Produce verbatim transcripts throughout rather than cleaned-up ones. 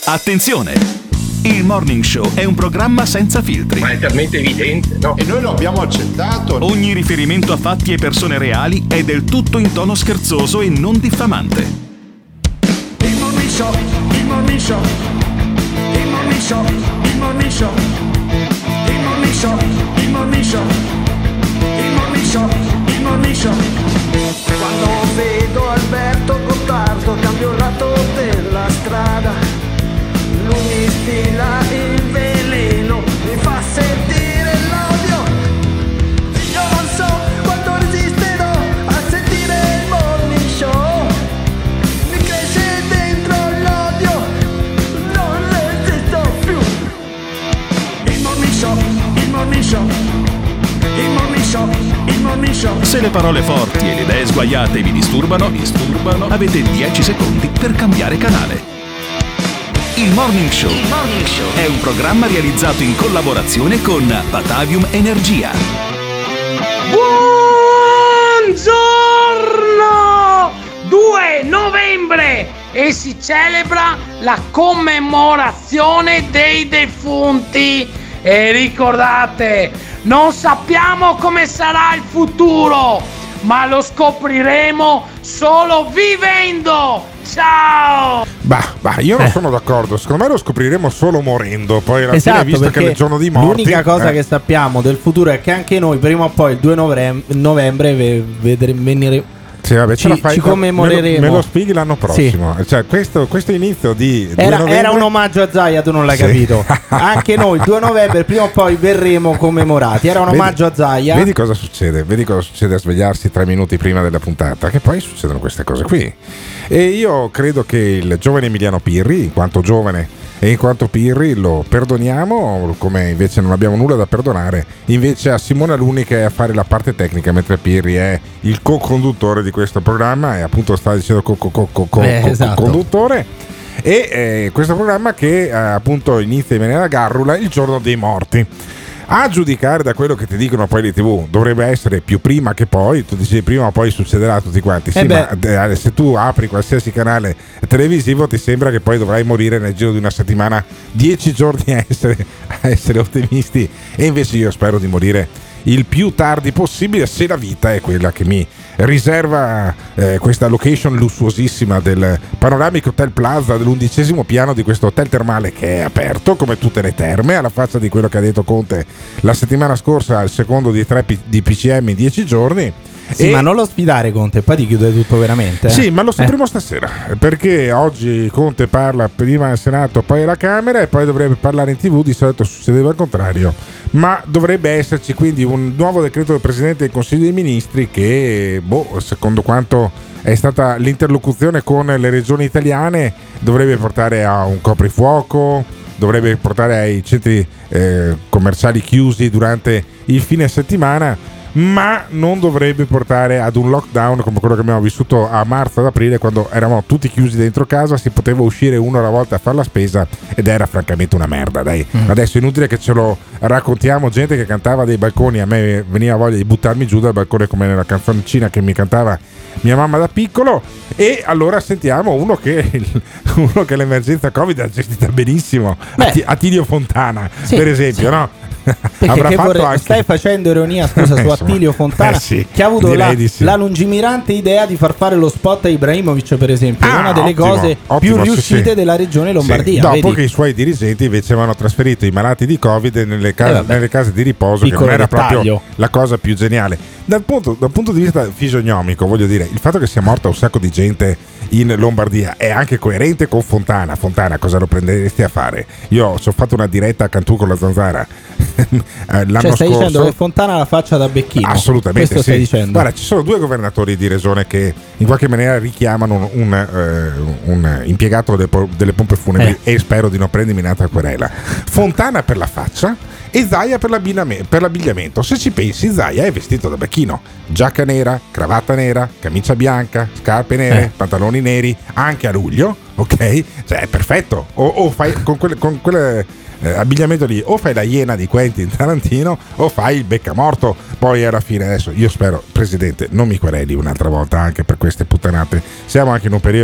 Attenzione! Il Morning Show è un programma senza filtri. Ma è talmente evidente, no? E noi lo abbiamo accettato. Ogni riferimento a fatti e persone reali è del tutto in tono scherzoso e non diffamante. Il Morning Show, il Morning Show, il Morning Show, il Morning Show, il Morning Show, il Morning Show, il Morning Show, il Morning Show. Quando vedo Alberto Gottardo cambio il lato della strada. Lui mi stila il veleno, mi fa sentire l'odio. Io non so quanto resisterò a sentire il Morning Show. Mi cresce dentro l'odio, non resisto più. Il Morning Show, il Morning Show, il Morning Show, il Morning Show. Se le parole forti e le idee sguaiate vi disturbano, vi disturbano, avete dieci secondi per cambiare canale. Il Morning Show. Il Morning Show è un programma realizzato in collaborazione con Batavium Energia. Buongiorno! due novembre e si celebra la commemorazione dei defunti. E ricordate, non sappiamo come sarà il futuro, ma lo scopriremo solo vivendo. Ciao! Bah, bah, io non eh. sono d'accordo. Secondo me lo scopriremo solo morendo. Poi alla esatto, fine, visto che è il giorno di morti, l'unica cosa eh. che sappiamo del futuro è che anche noi prima o poi il due novembre ve- vedremo venire. Sì, vabbè, ci, fai, ci commemoreremo. Me lo, me lo spieghi l'anno prossimo. Sì. Cioè, questo, questo inizio di era, novembre... era un omaggio a Zaia, tu non l'hai sì. capito. Anche noi il due novembre prima o poi verremo commemorati. Era un vedi, omaggio a Zaia. Vedi cosa succede? Vedi cosa succede a svegliarsi tre minuti prima della puntata? Che poi succedono queste cose qui. E io credo che il giovane Emiliano Pirri, in quanto giovane e in quanto Pirri, lo perdoniamo, come invece non abbiamo nulla da perdonare invece a Simone Alunni, che è a fare la parte tecnica, mentre Pirri è il co-conduttore di questo programma e appunto sta dicendo co-conduttore. E eh, questo programma che eh, appunto inizia in maniera garrula il giorno dei morti. A giudicare da quello che ti dicono poi le tivù, dovrebbe essere più prima che poi. Tu dici prima o poi succederà a tutti quanti. Sì, eh ma eh, se tu apri qualsiasi canale televisivo ti sembra che poi dovrai morire nel giro di una settimana, dieci giorni a essere, a essere ottimisti. E invece io spero di morire il più tardi possibile, se la vita è quella che mi riserva eh, questa location lussuosissima del Panoramic Hotel Plaza dell'undicesimo piano di questo hotel termale, che è aperto come tutte le terme, alla faccia di quello che ha detto Conte la settimana scorsa, al secondo di tre P- di P C M in dieci giorni. Sì, e... ma non lo sfidare Conte, poi ti chiude tutto veramente. Eh? Sì, ma lo sapremo eh. stasera, perché oggi Conte parla prima al Senato, poi alla Camera e poi dovrebbe parlare in tivù. Di solito succedeva il contrario, ma dovrebbe esserci quindi un nuovo decreto del Presidente del Consiglio dei Ministri che, boh, secondo quanto è stata l'interlocuzione con le regioni italiane, dovrebbe portare a un coprifuoco, dovrebbe portare ai centri eh, commerciali chiusi durante il fine settimana, ma non dovrebbe portare ad un lockdown come quello che abbiamo vissuto a marzo ad aprile, quando eravamo tutti chiusi dentro casa, si poteva uscire uno alla volta a fare la spesa ed era francamente una merda, dai. Mm. Adesso è inutile che ce lo raccontiamo, gente che cantava dei balconi, a me veniva voglia di buttarmi giù dal balcone come nella canzoncina che mi cantava mia mamma da piccolo. E allora sentiamo uno che uno che l'emergenza Covid ha gestita benissimo, Beh. Attilio Fontana, sì, per esempio, sì. no? Perché che vorrei, anche... stai facendo ironia, scusa, su Attilio Fontana, eh sì, che ha avuto la, sì. la lungimirante idea di far fare lo spot a Ibrahimovic, per esempio, ah, una delle ottimo, cose ottimo, più riuscite sì, della regione Lombardia. Sì. Dopo vedi? che i suoi dirigenti invece avevano trasferito i malati di Covid nelle case, eh, nelle case di riposo, Piccolo che non era dettaglio. proprio la cosa più geniale. Dal punto, dal punto di vista fisionomico, voglio dire, il fatto che sia morta un sacco di gente in Lombardia è anche coerente con Fontana. Fontana cosa lo prenderesti a fare? Io ci ho fatto una diretta a Cantù con la Zanzara l'anno cioè, stai scorso. dicendo che Fontana la faccia da becchino? Assolutamente. Questo sì. stai dicendo? Guarda, ci sono due governatori di regione che in qualche maniera richiamano un, un, uh, un impiegato delle, delle pompe funebri eh. e spero di non prendermi un'altra querela. Fontana per la faccia e Zaia per, per l'abbigliamento. Se ci pensi, Zaia è vestito da becchino, giacca nera, cravatta nera, camicia bianca, scarpe nere, eh. pantaloni neri, anche a luglio, ok? Cioè è perfetto. O, o fai con quelle, con quelle eh, abbigliamento lì, o fai la iena di Quentin Tarantino o fai il beccamorto. Poi alla fine, adesso io spero, Presidente, non mi quereli un'altra volta anche per queste puttanate. Siamo anche in un periodo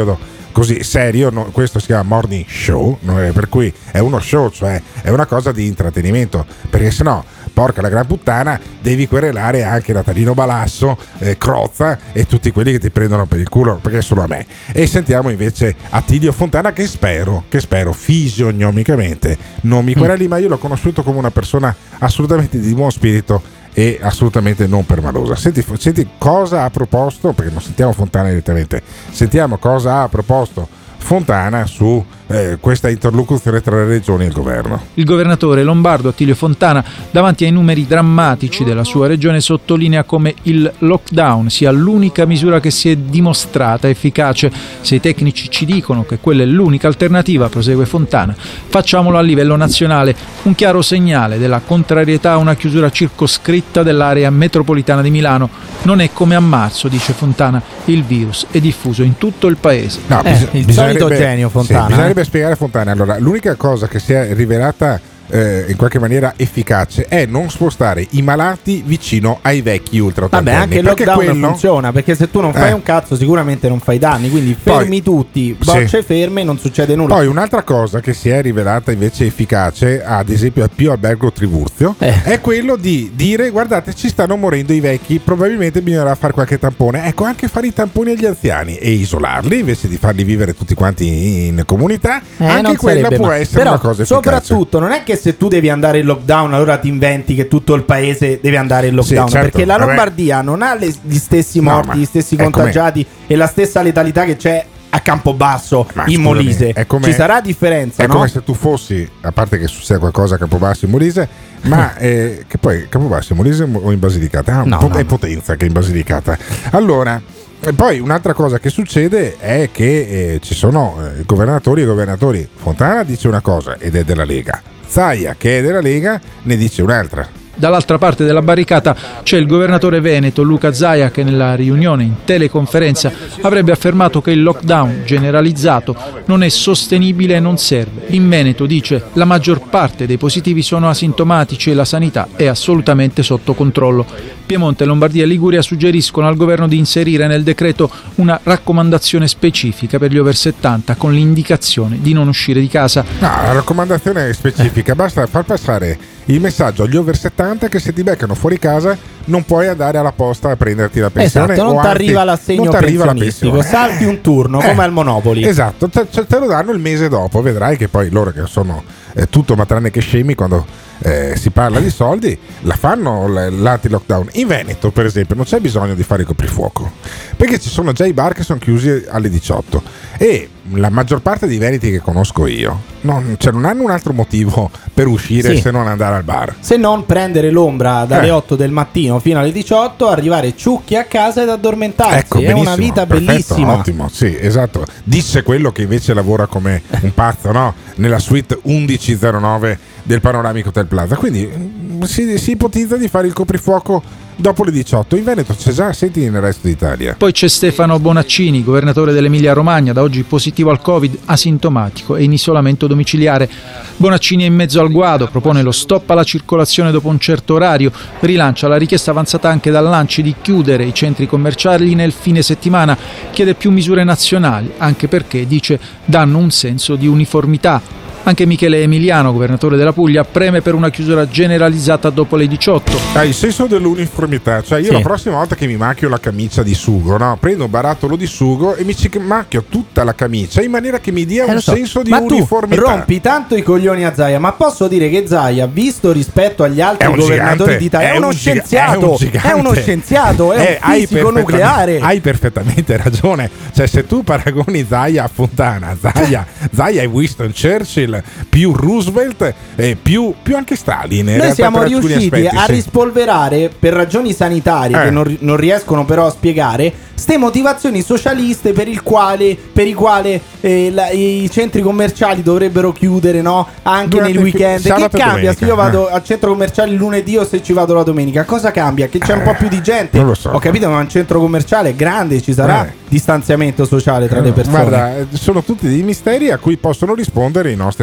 così serio, no, questo si chiama morning show, no? Per cui è uno show, cioè è una cosa di intrattenimento, perché sennò porca la gran puttana devi querelare anche Natalino Balasso, eh, Crozza e tutti quelli che ti prendono per il culo, perché solo a me. E sentiamo invece Attilio Fontana, che spero che spero fisionomicamente non mi quereli, mm. ma io l'ho conosciuto come una persona assolutamente di buon spirito e assolutamente non permalosa. Senti, senti cosa ha proposto, perché non sentiamo Fontana direttamente, sentiamo cosa ha proposto Fontana su eh, questa interlocuzione tra le regioni e il governo. Il governatore lombardo Attilio Fontana, davanti ai numeri drammatici della sua regione, sottolinea come il lockdown sia l'unica misura che si è dimostrata efficace. Se i tecnici ci dicono che quella è l'unica alternativa, prosegue Fontana, facciamolo a livello nazionale, un chiaro segnale della contrarietà a una chiusura circoscritta dell'area metropolitana di Milano. Non è come a marzo, dice Fontana, il virus è diffuso in tutto il paese. No, eh, il solito genio Fontana. Sì, bisognerebbe spiegare Fontana. Allora, l'unica cosa che si è rivelata eh, in qualche maniera efficace è non spostare i malati vicino ai vecchi ultra ottantenni. Vabbè, anche il lockdown quello... funziona, perché se tu non fai eh. un cazzo sicuramente non fai danni, quindi fermi Poi, tutti, bocce sì. ferme, non succede nulla. Poi un'altra cosa che si è rivelata invece efficace, ad esempio a Pio Albergo Trivulzio, eh. è quello di dire: guardate, ci stanno morendo i vecchi, probabilmente bisognerà fare qualche tampone. Ecco, anche fare i tamponi agli anziani e isolarli invece di farli vivere tutti quanti in comunità, eh, anche quella può mai. essere Però, una cosa efficace. Soprattutto non è che se tu devi andare in lockdown allora ti inventi che tutto il paese deve andare in lockdown, sì, certo, perché la Lombardia vabbè. non ha le, gli stessi morti, no, gli stessi contagiati e la stessa letalità che c'è a Campobasso, ma in Molise. Ci sarà differenza, è no? come se tu fossi, a parte che succede qualcosa a Campobasso in Molise, ma eh, che poi Campobasso in Molise o in Basilicata? Ah, no, no, è Potenza che è in Basilicata. Allora, e poi un'altra cosa che succede è che eh, ci sono eh, governatori e governatori. Fontana dice una cosa ed è della Lega, Zaia, che è della Lega, ne dice un'altra. Dall'altra parte della barricata c'è il governatore veneto Luca Zaia, che nella riunione in teleconferenza avrebbe affermato che il lockdown generalizzato non è sostenibile e non serve. In Veneto, dice, la maggior parte dei positivi sono asintomatici e la sanità è assolutamente sotto controllo. Piemonte, Lombardia e Liguria suggeriscono al governo di inserire nel decreto una raccomandazione specifica per gli over settanta con l'indicazione di non uscire di casa. No, la raccomandazione è specifica, basta far passare il messaggio agli over settanta che se ti beccano fuori casa non puoi andare alla posta a prenderti la pensione. Esatto, non ti arriva l'assegno pensionistico, salti un turno eh, come al Monopoli. Esatto, te, te lo danno il mese dopo, vedrai che poi loro che sono eh, tutto ma tranne che scemi quando eh, si parla di soldi la fanno l'anti-lockdown. In Veneto per esempio non c'è bisogno di fare il coprifuoco perché ci sono già i bar che sono chiusi alle diciotto e la maggior parte dei veneti che conosco io non, cioè non hanno un altro motivo per uscire sì. se non andare al bar, se non prendere l'ombra dalle eh. otto del mattino fino alle diciotto, arrivare ciucchi a casa ed addormentarsi. Ecco, è una vita perfetto, bellissima. Ottimo, sì, esatto. Disse quello che invece lavora come un pazzo, no? Nella suite undici zero nove del Panoramic Hotel Plaza. Quindi si, si ipotizza di fare il coprifuoco dopo le diciotto. In Veneto c'è già, senti nel resto d'Italia. Poi c'è Stefano Bonaccini, governatore dell'Emilia Romagna, da oggi positivo al Covid, asintomatico e in isolamento domiciliare. Bonaccini è in mezzo al guado, propone lo stop alla circolazione dopo un certo orario, rilancia la richiesta avanzata anche dall'Anci di chiudere i centri commerciali nel fine settimana, chiede più misure nazionali, anche perché, dice, danno un senso di uniformità. Anche Michele Emiliano, governatore della Puglia, preme per una chiusura generalizzata dopo le diciotto. Ha il senso dell'uniformità, cioè io sì. la prossima volta che mi macchio la camicia di sugo, no? prendo un barattolo di sugo e mi ci macchio tutta la camicia in maniera che mi dia eh, un so. senso di ma uniformità. Ma tu rompi tanto i coglioni a Zaia, ma posso dire che Zaia, visto rispetto agli altri governatori gigante, d'Italia, è, è, uno un scienziato, giga- è, è uno scienziato, è eh, un fisico hai nucleare. Hai perfettamente ragione, cioè se tu paragoni Zaia a Fontana, Zaia, Zaia è Winston Churchill più Roosevelt e più, più anche Stalin. Noi siamo riusciti aspetti, a sì. rispolverare per ragioni sanitarie eh. che non, non riescono però a spiegare ste motivazioni socialiste per il quale per i quali eh, la, i centri commerciali dovrebbero chiudere, no? Anche durante nei weekend. Che cambia se io vado eh. al centro commerciale il lunedì o se ci vado la domenica? Cosa cambia? Che c'è eh. un po' più di gente. Non lo so. Ho capito, ma un centro commerciale è grande, ci sarà eh. distanziamento sociale tra le persone. Guarda, sono tutti dei misteri a cui possono rispondere i nostri ascoltatori.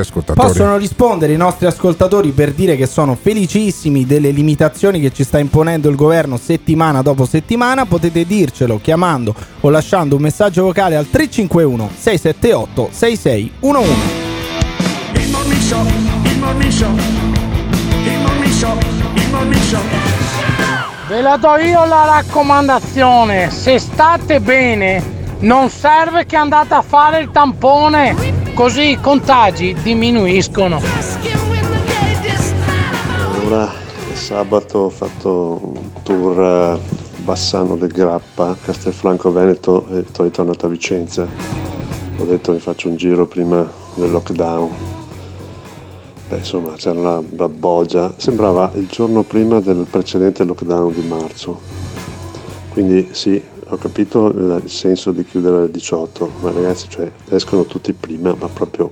possono rispondere i nostri ascoltatori per dire che sono felicissimi delle limitazioni che ci sta imponendo il governo settimana dopo settimana. Potete dircelo chiamando o lasciando un messaggio vocale al tre cinque uno sei sette otto sei sei uno uno. Il Morning Show, il Morning Show, il Morning Show, il Morning Show. Ve la do io la raccomandazione: se state bene non serve che andate a fare il tampone, così i contagi diminuiscono. Allora, sabato ho fatto un tour Bassano del Grappa, Castelfranco Veneto e poi tornato a Vicenza. Ho detto mi faccio un giro prima del lockdown. Beh, insomma, c'era una babbogia, sembrava il giorno prima del precedente lockdown di marzo. Quindi sì, ho capito il senso di chiudere alle diciotto, ma ragazzi, cioè, escono tutti prima, ma proprio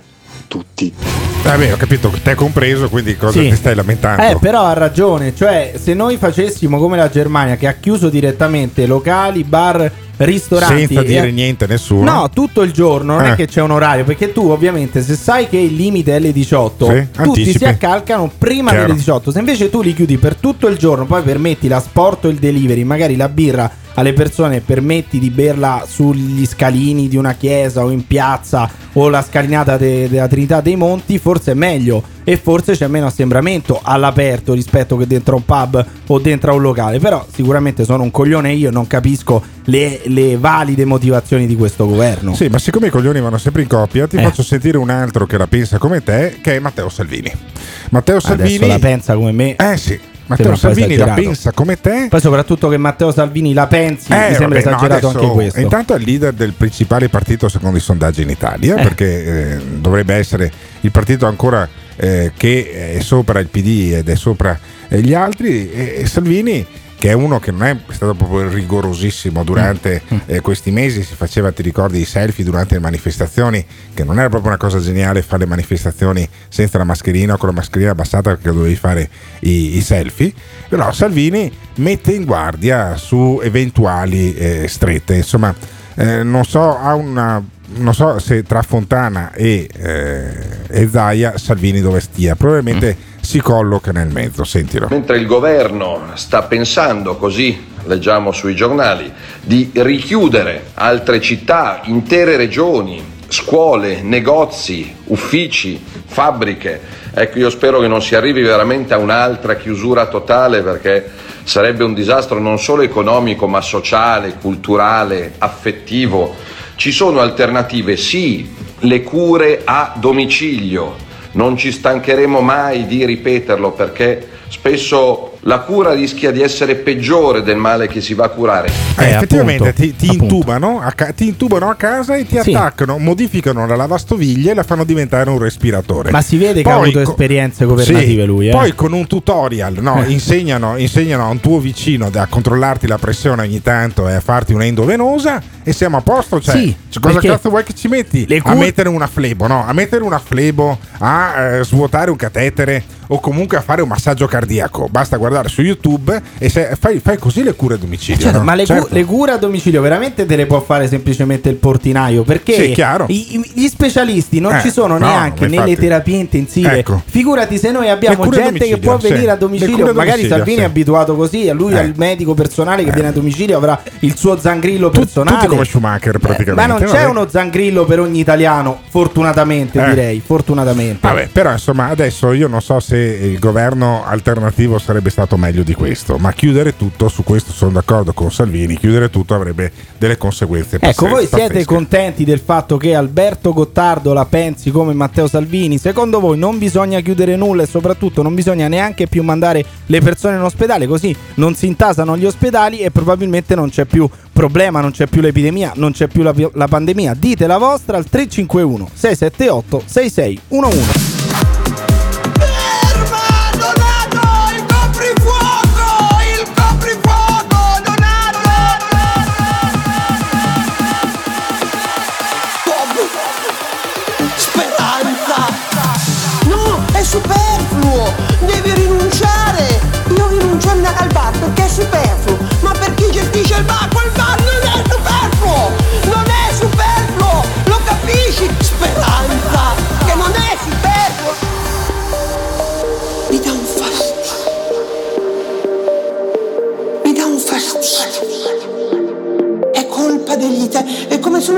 tutti. Vabbè, ho capito, te compreso, quindi cosa Sì. ti stai lamentando? Eh, però ha ragione, cioè se noi facessimo come la Germania che ha chiuso direttamente locali, bar, ristoranti senza e- dire niente a nessuno. No, tutto il giorno, non Eh. è che c'è un orario, perché tu ovviamente se sai che il limite è alle diciotto, Sì, tutti anticipi. si accalcano prima Chiaro. delle diciotto. Se invece tu li chiudi per tutto il giorno, poi permetti l'asporto e il delivery, magari la birra alle persone permetti di berla sugli scalini di una chiesa o in piazza o la scalinata de- della Trinità dei Monti, forse è meglio e forse c'è meno assembramento all'aperto rispetto che dentro un pub o dentro a un locale. Però sicuramente sono un coglione io, non capisco le, le valide motivazioni di questo governo. Sì, ma siccome i coglioni vanno sempre in coppia, ti Eh. faccio sentire un altro che la pensa come te, che è Matteo Salvini. Matteo Salvini Adesso la pensa come me. Eh sì, Sembra Matteo un po' Salvini la esagerato. pensa come te. Poi soprattutto che Matteo Salvini la pensi, Eh, mi sembra vabbè, no, esagerato adesso, anche questo. Intanto è il leader del principale partito secondo i sondaggi in Italia, Eh. perché eh, dovrebbe essere il partito ancora eh, che è sopra il P D ed è sopra eh, gli altri, e, e Salvini, che è uno che non è stato proprio rigorosissimo durante eh, questi mesi, si faceva, ti ricordi, i selfie durante le manifestazioni, che non era proprio una cosa geniale fare le manifestazioni senza la mascherina o con la mascherina abbassata perché dovevi fare i, i selfie, però Salvini mette in guardia su eventuali eh, strette, insomma eh, non so, ha una non so se tra Fontana e, eh, e Zaia Salvini dove stia, probabilmente mm. si colloca nel mezzo, sentilo. Mentre il governo sta pensando, così leggiamo sui giornali, di richiudere altre città, intere regioni, scuole, negozi, uffici, fabbriche, ecco, io spero che non si arrivi veramente a un'altra chiusura totale, perché sarebbe un disastro non solo economico ma sociale, culturale, affettivo. Ci sono alternative, sì, le cure a domicilio, non ci stancheremo mai di ripeterlo, perché spesso la cura rischia di essere peggiore del male che si va a curare. Eh, Eh, effettivamente appunto, ti, ti, intubano a ca- ti intubano a casa e ti Sì. attaccano, modificano la lavastoviglie e la fanno diventare un respiratore. Ma si vede che ha Poi avuto co- esperienze governative sì, lui, eh. Poi con un tutorial, no, Eh. insegnano, insegnano a un tuo vicino a controllarti la pressione ogni tanto e a farti un'endovenosa e siamo a posto. Cioè, Sì, cioè, cosa perché cazzo vuoi che ci metti? le A cure- mettere una flebo, no? A mettere una flebo, a eh, svuotare un catetere o comunque a fare un massaggio cardiaco. Basta guardare su YouTube e se fai, fai così le cure a domicilio. Certo, no? ma le, cu- Certo. le cure a domicilio veramente te le può fare semplicemente il portinaio, perché Sì, chiaro. i- i- gli specialisti non Eh, ci sono no, neanche ma nelle infatti. terapie intensive. Ecco. Figurati se noi Le abbiamo cure a gente che domicilio, può sì. venire a Le domicilio, cure a magari domicilio, Salvini sì. è abituato così, a lui Eh. al medico personale che Eh. viene a domicilio avrà il suo zangrillo Tu- personale. tutti come Schumacher praticamente. Eh, ma non c'è vabbè. uno zangrillo per ogni italiano, fortunatamente Eh. direi, fortunatamente. Vabbè, però insomma adesso io non so se il governo alternativo sarebbe stato meglio di questo, ma chiudere tutto, su questo sono d'accordo con Salvini, chiudere tutto avrebbe delle conseguenze Ecco, pazzesche, voi siete pazzesche. contenti del fatto che Alberto Gottardo la pensi come Matteo Salvini? Secondo voi non bisogna chiudere nulla e soprattutto non bisogna neanche più mandare le persone in ospedale, così non si intasano gli ospedali e probabilmente non c'è più problema, non c'è più l'epidemia, non c'è più la, la pandemia? Dite la vostra al tre cinque uno sei sette otto sei sei uno uno. Superfluo, devi rinunciare. Io rinuncio a andare al bar perché è superfluo, ma per chi gestisce il bar, quel bar non è superfluo, non è superfluo, lo capisci? Speranza, che non è superfluo.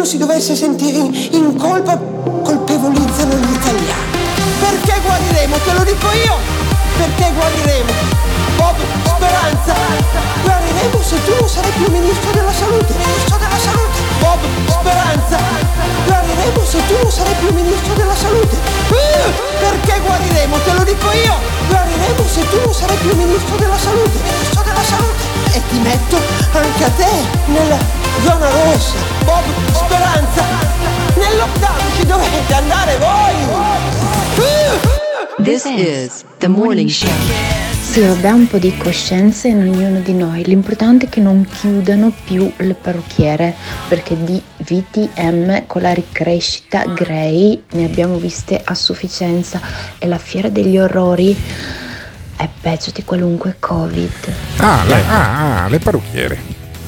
si dovesse sentire in, in colpa, colpevolizzano gli italiani. Perché guariremo, te lo dico io, perché guariremo. Bob Speranza, guariremo se tu non sarai più ministro della salute. Ministro della salute. Bob Speranza, guariremo se tu non sarai più ministro della salute. Uh, perché guariremo, te lo dico io, guariremo se tu non sarai più ministro della salute. Ministro della salute. E ti metto anche a te nella zona rossa. Bob Speranza, nel lockdown ci dovete andare voi. Uh. This is the morning show. Sì, vabbè, un po' di coscienza in ognuno di noi. L'importante è che non chiudano più le parrucchiere, perché di V T M con la ricrescita Grey ne abbiamo viste a sufficienza e la fiera degli orrori è peggio di qualunque Covid. Ah, le, ah, ah, le parrucchiere.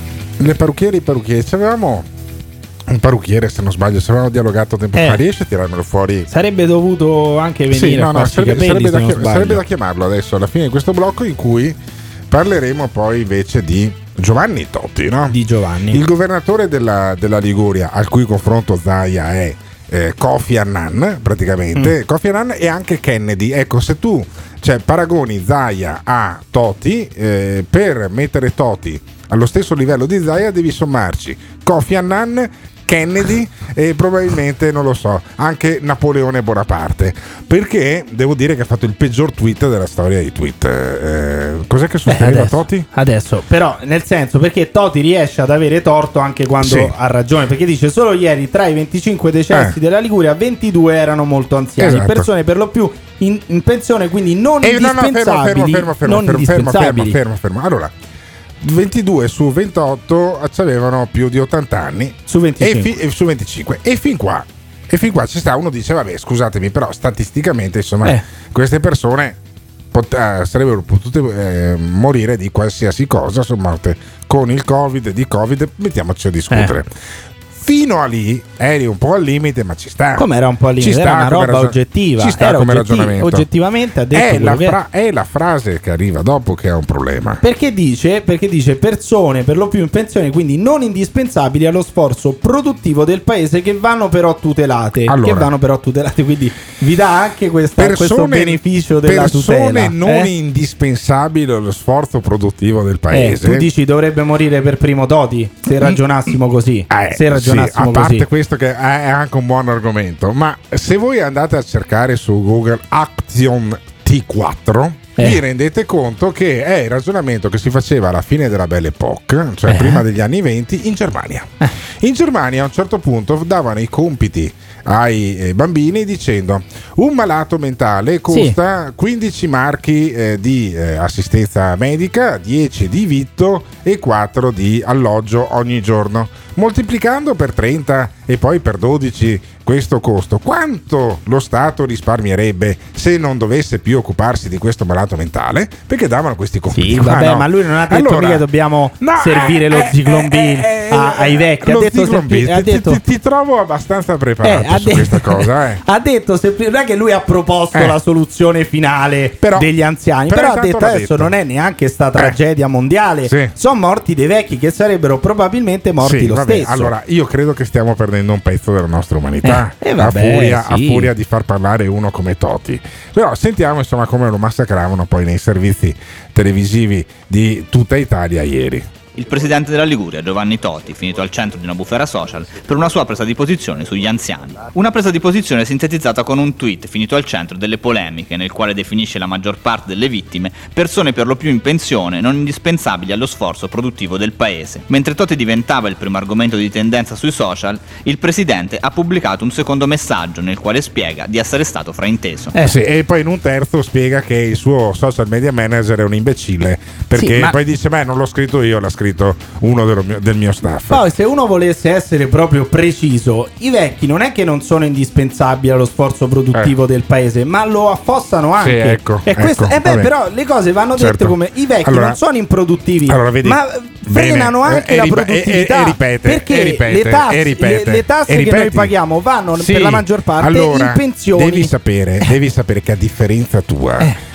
Le parrucchiere, i parrucchieri. C'avevamo un parrucchiere, se non sbaglio, se avevamo dialogato tempo eh. fa, riesce a tirarmelo fuori? Sarebbe dovuto anche venire sì, no, a no, farci sarebbe, capelli, sarebbe, da se chi- sarebbe da chiamarlo adesso alla fine di questo blocco, in cui parleremo poi invece di Giovanni Toti, no? Di Giovanni, il governatore della, della Liguria, al cui confronto Zaia è eh, Kofi Annan, praticamente. Mm. Kofi Annan e anche Kennedy. Ecco, se tu cioè, paragoni Zaia a Toti, eh, per mettere Toti allo stesso livello di Zaia devi sommarci Kofi Annan, Kennedy e probabilmente, non lo so, anche Napoleone Bonaparte, perché devo dire che ha fatto il peggior tweet della storia di tweet. Eh, cos'è che sosteneva adesso, Toti? Adesso, però, nel senso, perché Toti riesce ad avere torto anche quando sì. ha ragione, perché dice solo ieri tra i venticinque decessi eh. della Liguria ventidue erano molto anziani, esatto. persone per lo più in, in pensione, quindi non eh, indispensabili. No, no, fermo, fermo, fermo, non fermo, indispensabili. fermo, fermo, fermo, fermo. Allora, ventidue su ventotto avevano più di ottanta anni su venticinque. E, fi- e su venticinque e fin qua e fin qua ci sta, uno dice vabbè scusatemi, però statisticamente insomma eh. queste persone pot- eh, sarebbero potute eh, morire di qualsiasi cosa, sono morte con il Covid, di Covid, mettiamoci a discutere. Eh. Fino a lì eri un po' al limite, ma ci sta. Come era un po' al limite? Era una roba ragion- oggettiva. Ci sta era come oggetti- ragionamento. Oggettivamente ha detto è la, che... fra- è la frase che arriva dopo che è un problema. Perché dice, perché dice persone per lo più in pensione, quindi non indispensabili allo sforzo produttivo del paese, che vanno però tutelate. Allora, che vanno però tutelate, quindi vi dà anche questa, persone, questo beneficio della persone tutela. Persone non eh? indispensabili allo sforzo produttivo del paese. Eh, tu dici dovrebbe morire per primo Toti, se ragionassimo così. Eh, se ragionassimo sì, a parte così. questo che è anche un buon argomento, ma se voi andate a cercare su Google Action T quattro eh. vi rendete conto che è il ragionamento che si faceva alla fine della Belle Époque, cioè eh. prima degli anni venti, in Germania. Eh. In Germania a un certo punto davano i compiti ai eh, bambini dicendo un malato mentale costa sì. quindici marchi eh, di eh, assistenza medica, dieci di vitto e quattro di alloggio ogni giorno, moltiplicando per trenta e poi per dodici questo costo. Quanto lo Stato risparmierebbe se non dovesse più occuparsi di questo malato mentale? Perché davano questi compiti. Sì, vabbè, ah, no. ma lui non ha detto allora, mica dobbiamo no, servire eh, lo Zyklon B eh, eh, ai vecchi. Ha detto, semplici, ti, ha detto ti, ti trovo abbastanza preparato eh, su detto, questa cosa. Eh. Ha detto sempl- non è che lui ha proposto eh. la soluzione finale però, però, degli anziani, però, però ha detto adesso detto. non è neanche sta tragedia eh. mondiale. Sì. Sono morti dei vecchi che sarebbero probabilmente morti sì, lo vabbè, stesso. Allora, io credo che stiamo perdendo un pezzo della nostra umanità. Eh, eh, vabbè, a furia, sì. a furia di far parlare uno come Toti. Però sentiamo insomma come lo massacravano poi nei servizi televisivi di tutta Italia ieri. Il presidente della Liguria, Giovanni Toti, finito al centro di una bufera social per una sua presa di posizione sugli anziani. Una presa di posizione sintetizzata con un tweet finito al centro delle polemiche, nel quale definisce la maggior parte delle vittime persone per lo più in pensione, non indispensabili allo sforzo produttivo del paese. Mentre Toti diventava il primo argomento di tendenza sui social, il presidente ha pubblicato un secondo messaggio nel quale spiega di essere stato frainteso. Eh sì, e poi in un terzo spiega che il suo social media manager è un imbecille, perché sì, ma... poi dice beh non l'ho scritto io, l'ha scritto uno del mio, del mio staff. Poi se uno volesse essere proprio preciso, i vecchi non è che non sono indispensabili allo sforzo produttivo eh. del paese, ma lo affossano anche. Sì, ecco, e questo, ecco, eh beh, però le cose vanno dette certo. come i vecchi allora, non sono improduttivi, allora, vedi, ma frenano bene, anche eh, la ripe- produttività e, e, e ripete, e perché ripete, le tasse, e ripete, le, le tasse e che noi paghiamo vanno sì, per la maggior parte allora, in pensioni. Devi sapere, devi sapere che a differenza tua, eh.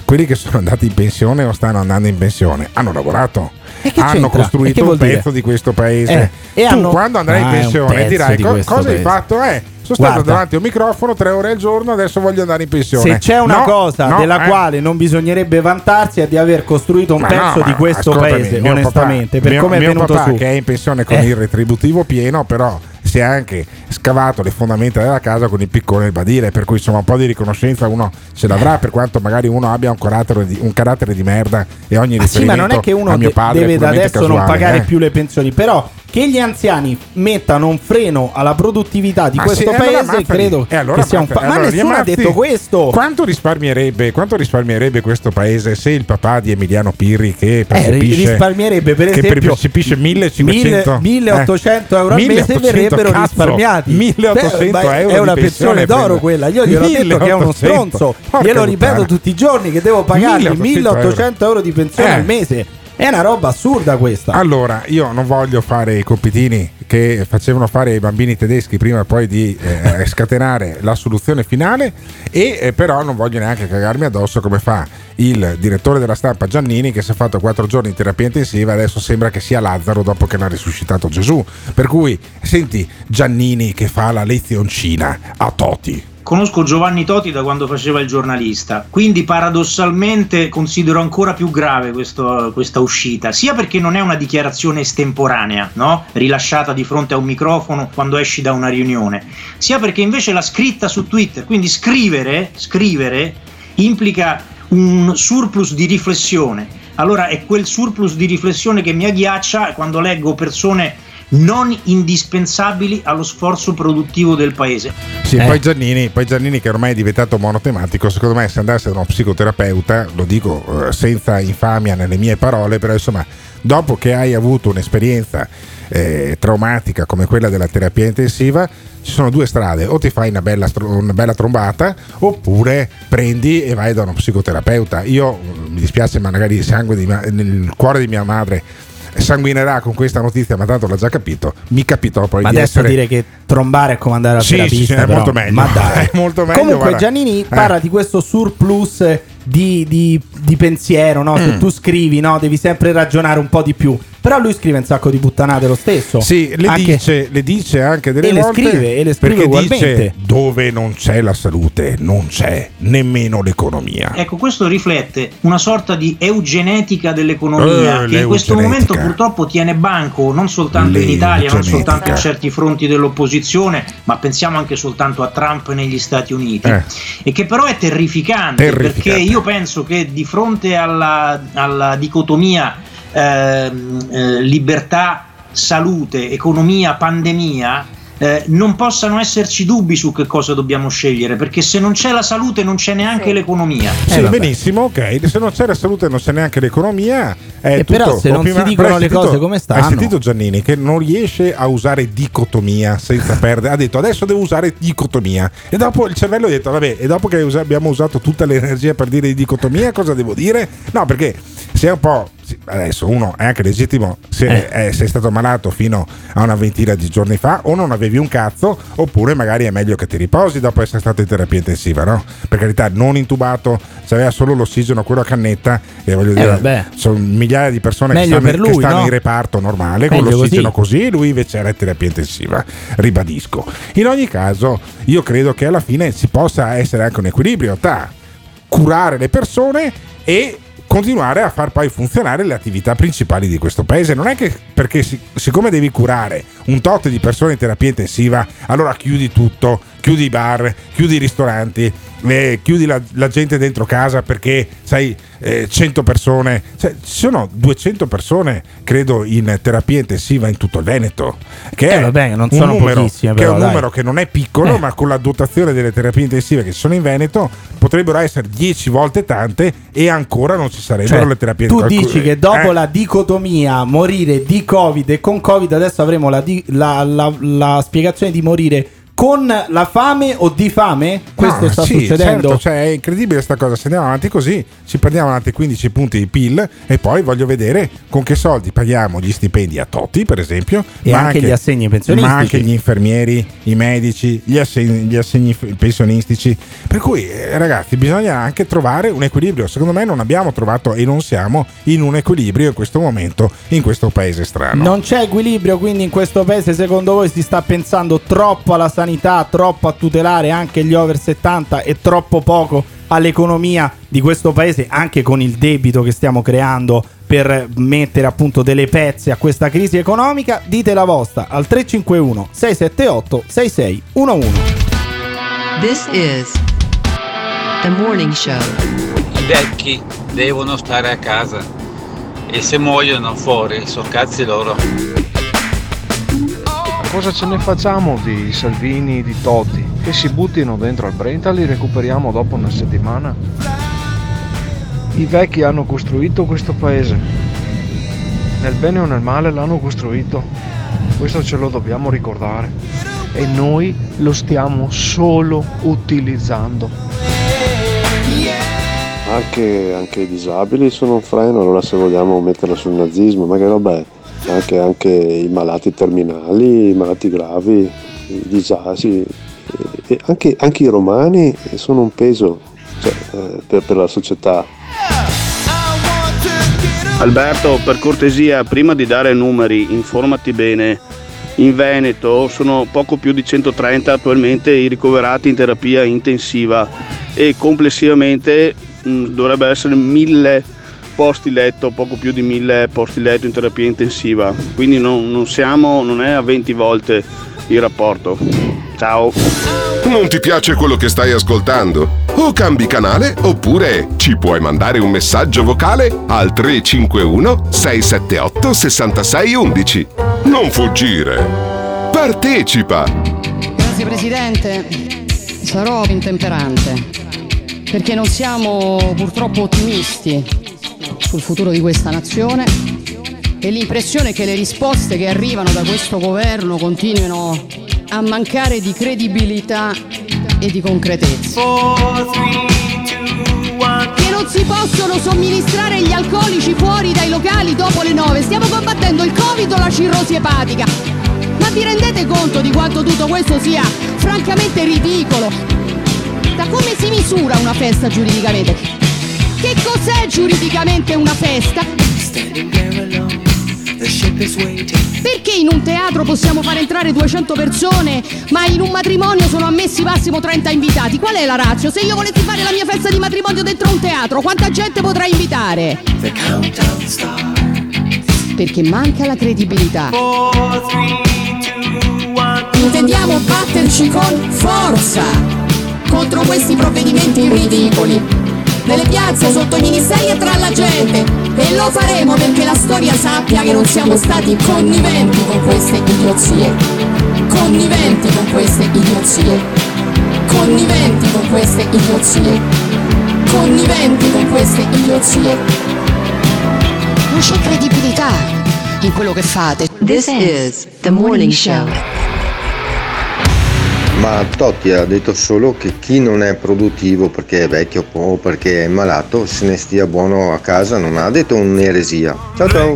quelli che sono andati in pensione o stanno andando in pensione hanno lavorato, hanno c'entra? costruito un pezzo dire? di questo paese. Eh, e tu hanno... quando andrai ah, in pensione dirai co- cosa paese. hai fatto? Eh, sono Guarda, stato davanti a un microfono tre ore al giorno, adesso voglio andare in pensione. Se c'è una no, cosa no, della eh. quale non bisognerebbe vantarsi è di aver costruito un ma pezzo no, di questo ascoltami, paese, mio onestamente, papà, per come è mio venuto papà su. che è in pensione con Eh. il retributivo pieno, però si è anche scavato le fondamenta della casa con il piccone e il badile, per cui insomma un po' di riconoscenza uno ce l'avrà, per quanto magari uno abbia un carattere di, un carattere di merda e ogni Ah, sì, ma non è che uno de- deve da adesso casuale, non pagare eh. più le pensioni, però che gli anziani mettano un freno alla produttività di Ma questo sì, paese, allora credo e allora che sia un mazza, fa- ma allora nessuno ha Riamazzi, detto questo. Quanto risparmierebbe, quanto risparmierebbe questo paese se il papà di Emiliano Pirri, che Eh, percepisce, risparmierebbe per che esempio percepisce millecinquecento milleottocento euro al mese milleottocento, verrebbero cazzo, risparmiati. milleottocento Beh, euro è una di pensione d'oro prende. quella. Io gliel'ho detto che è uno milleottocento. stronzo. Porca Glielo puttana. ripeto tutti i giorni che devo pagargli milleottocento milleottocento euro di pensione Eh. al mese. È una roba assurda questa. Allora, io non voglio fare i compitini che facevano fare ai bambini tedeschi prima poi di eh, scatenare la soluzione finale, e eh, però non voglio neanche cagarmi addosso come fa il direttore della Stampa Giannini, che si è fatto quattro giorni in terapia intensiva, adesso sembra che sia Lazzaro dopo che l'ha risuscitato Gesù. Per cui senti Giannini che fa la lezioncina a Toti. Conosco Giovanni Toti da quando faceva il giornalista, quindi paradossalmente considero ancora più grave questo, questa uscita, sia perché non è una dichiarazione estemporanea, no? Rilasciata di fronte a un microfono quando esci da una riunione, sia perché invece l'ha scritta su Twitter, quindi scrivere, scrivere implica un surplus di riflessione. Allora è quel surplus di riflessione che mi agghiaccia quando leggo persone non indispensabili allo sforzo produttivo del paese. Sì, Eh. poi Giannini, poi Giannini che ormai è diventato monotematico, secondo me se andasse da uno psicoterapeuta, lo dico eh, senza infamia nelle mie parole, però insomma dopo che hai avuto un'esperienza eh, traumatica come quella della terapia intensiva, ci sono due strade: o ti fai una bella, una bella trombata, oppure prendi e vai da uno psicoterapeuta. Io mi dispiace, ma magari il sangue di ma- nel cuore di mia madre sanguinerà con questa notizia, ma tanto l'ha già capito. Mi capitò poi Ma di adesso essere... dire che trombare è come andare al Sì, terapista, sì, sì, è però. molto meglio. Ma dai. È molto meglio, Comunque guarda. Giannini Eh. parla di questo surplus di, di, di pensiero, no? Se Mm. tu scrivi, no? Devi sempre ragionare un po' di più. Però lui scrive un sacco di puttanate lo stesso. Sì, le, Anche- dice, le dice anche delle E le volte, scrive, e le scrive perché ugualmente. dice: dove non c'è la salute non c'è nemmeno l'economia. Ecco, questo riflette una sorta di eugenetica dell'economia Eh, che in questo l'eugenetica. momento purtroppo tiene banco non soltanto in Italia, non L'eugenetica. soltanto in certi fronti dell'opposizione, ma pensiamo anche soltanto a Trump negli Stati Uniti, Eh. e che però è terrificante, Terrificante. perché io penso che di fronte alla, alla dicotomia ehm, eh, libertà, salute, economia, pandemia, eh, non possano esserci dubbi su che cosa dobbiamo scegliere, perché se non c'è la salute non c'è neanche l'economia. Sì, vabbè. benissimo, ok. Se non c'è la salute non c'è neanche l'economia. È E però tutto- se non o prima- si dicono però hai le sentito- cose come stanno. Hai sentito Giannini che non riesce a usare dicotomia senza perdere. Ha detto adesso devo usare dicotomia. E dopo il cervello ha detto vabbè, e dopo che usa- abbiamo usato tutta l'energia per dire dicotomia, cosa devo dire? No, perché se è un po'... sì, adesso uno è anche legittimo se Eh. eh, sei stato malato fino a una ventina di giorni fa, o non avevi un cazzo, oppure magari è meglio che ti riposi dopo essere stato in terapia intensiva, no? Per carità, non intubato, se aveva solo l'ossigeno quello a cannetta, e voglio dire, vabbè. sono migliaia di persone che Meglio stanno, per che lui, stanno no? in reparto normale con Meglio l'ossigeno così, lui invece era in terapia intensiva, ribadisco. In ogni caso io credo che alla fine si possa essere anche un equilibrio tra curare le persone e continuare a far poi funzionare le attività principali di questo paese. Non è che perché sic- siccome devi curare un tot di persone in terapia intensiva, allora chiudi tutto, chiudi i bar, chiudi i ristoranti, eh, chiudi la, la gente dentro casa perché sai eh, cento persone, cioè, ci sono duecento persone credo in terapia intensiva in tutto il Veneto, che Eh, è vabbè, non un sono numero, pochissime, che però, è un dai. numero che non è piccolo, Eh. ma con la dotazione delle terapie intensive che ci sono in Veneto potrebbero essere dieci volte tante e ancora non ci sarebbero Cioè, le terapie tu intensive. dici che dopo Eh. la dicotomia morire di Covid e con Covid adesso avremo la, di- la- la- la spiegazione di morire con la fame o di fame? Questo no, sta sì, succedendo. Certo, cioè è incredibile sta cosa. Se andiamo avanti così ci prendiamo altri quindici punti di P I L e poi voglio vedere con che soldi paghiamo gli stipendi a Totti, per esempio, e ma anche, anche gli assegni pensionistici, ma anche gli infermieri, i medici, gli assegni, gli assegni pensionistici. Per cui eh, ragazzi, bisogna anche trovare un equilibrio. Secondo me non abbiamo trovato e non siamo in un equilibrio in questo momento in questo paese strano. Non c'è equilibrio quindi in questo paese. Secondo voi si sta pensando troppo alla sanità, troppo a tutelare anche gli over settanta e troppo poco all'economia di questo paese, anche con il debito che stiamo creando per mettere appunto delle pezze a questa crisi economica? Dite la vostra al tre cinque uno sei sette otto sei sei uno uno. This is The Morning Show. I vecchi devono stare a casa e se muoiono fuori sono cazzi loro. Cosa ce ne facciamo di Salvini, di Totti? Che si buttino dentro al Brenta, li recuperiamo dopo una settimana? I vecchi hanno costruito questo paese, nel bene o nel male l'hanno costruito, questo ce lo dobbiamo ricordare e noi lo stiamo solo utilizzando. Anche, anche i disabili sono un freno, allora se vogliamo metterla sul nazismo, ma che roba è? Anche, anche i malati terminali, i malati gravi, i disagi, e anche, anche i romani sono un peso, cioè, eh, per, per la società. Alberto, per cortesia, prima di dare numeri, informati bene. In Veneto sono poco più di centotrenta attualmente i ricoverati in terapia intensiva e complessivamente mh, dovrebbe essere mille posti letto, poco più di mille posti letto in terapia intensiva, quindi non, non siamo, non è a venti volte il rapporto. Ciao. Non ti piace quello che stai ascoltando? O cambi canale oppure ci puoi mandare un messaggio vocale al tre cinque uno sei sette otto sei sei uno uno. Non fuggire, partecipa. Grazie Presidente, sarò intemperante perché non siamo purtroppo ottimisti sul futuro di questa nazione e l'impressione è che le risposte che arrivano da questo governo continuino a mancare di credibilità e di concretezza. Che non si possono somministrare gli alcolici fuori dai locali dopo le nove. Stiamo combattendo il Covid o la cirrosi epatica. Ma vi rendete conto di quanto tutto questo sia francamente ridicolo? Da come si misura una festa giuridicamente? Che cos'è giuridicamente una festa? Perché in un teatro possiamo far entrare duecento persone, ma in un matrimonio sono ammessi massimo trenta invitati? Qual è la ratio? Se io volessi fare la mia festa di matrimonio dentro un teatro, quanta gente potrei invitare? Perché manca la credibilità. Intendiamo batterci con forza contro questi provvedimenti ridicoli nelle piazze, sotto i ministeri e tra la gente, e lo faremo perché la storia sappia che non siamo stati conniventi con queste idiozie, conniventi con queste idiozie, conniventi con queste idiozie, conniventi con queste idiozie. Non c'è credibilità in quello che fate. This is The Morning Show. Ma Totti ha detto solo che chi non è produttivo perché è vecchio o perché è malato se ne stia buono a casa, non ha detto un'eresia. Ciao ciao.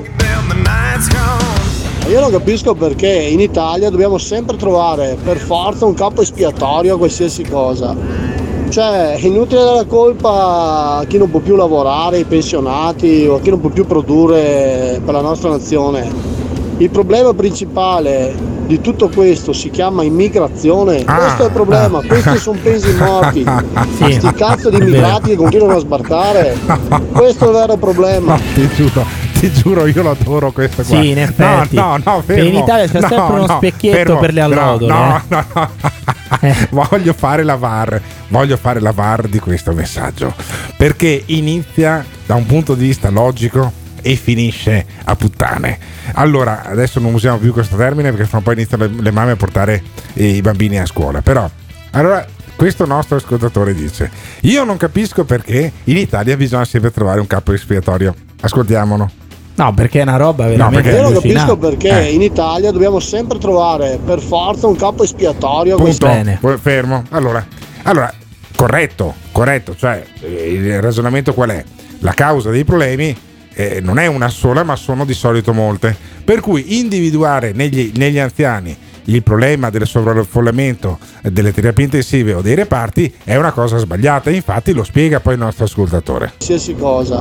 Io non capisco perché in Italia dobbiamo sempre trovare per forza un capo espiatorio a qualsiasi cosa. Cioè è inutile dare la colpa a chi non può più lavorare, ai pensionati o a chi non può più produrre per la nostra nazione. Il problema principale di tutto questo si chiama immigrazione. Ah, questo è il problema, ah, questi sono pesi morti. Sì, sti cazzo di immigrati che continuano a sbarcare. Questo è il vero problema. No, ti giuro, ti giuro, io lo adoro questo qua. Sì, in effetti. No, no, no, fermo. In Italia c'è no, sempre uno no, specchietto fermo, per le allodole. No, no, no, no. Eh. Voglio fare la V A R, voglio fare la V A R di questo messaggio, perché inizia da un punto di vista logico e finisce a puttane. Allora, adesso non usiamo più questo termine perché fra un po' iniziano le, le mamme a portare i bambini a scuola. Però, allora, questo nostro ascoltatore dice: io non capisco perché in Italia bisogna sempre trovare un capo espiatorio. Ascoltiamolo. No, perché è una roba veramente. Io non capisco perché eh. in Italia dobbiamo sempre trovare per forza un capo espiatorio. Punto. Bene. Fermo. Allora, allora, corretto, corretto. Cioè, il ragionamento qual è? La causa dei problemi eh, non è una sola, ma sono di solito molte. Per cui individuare negli, negli anziani il problema del sovraffollamento delle terapie intensive o dei reparti è una cosa sbagliata. Infatti lo spiega poi il nostro ascoltatore. Qualsiasi cosa.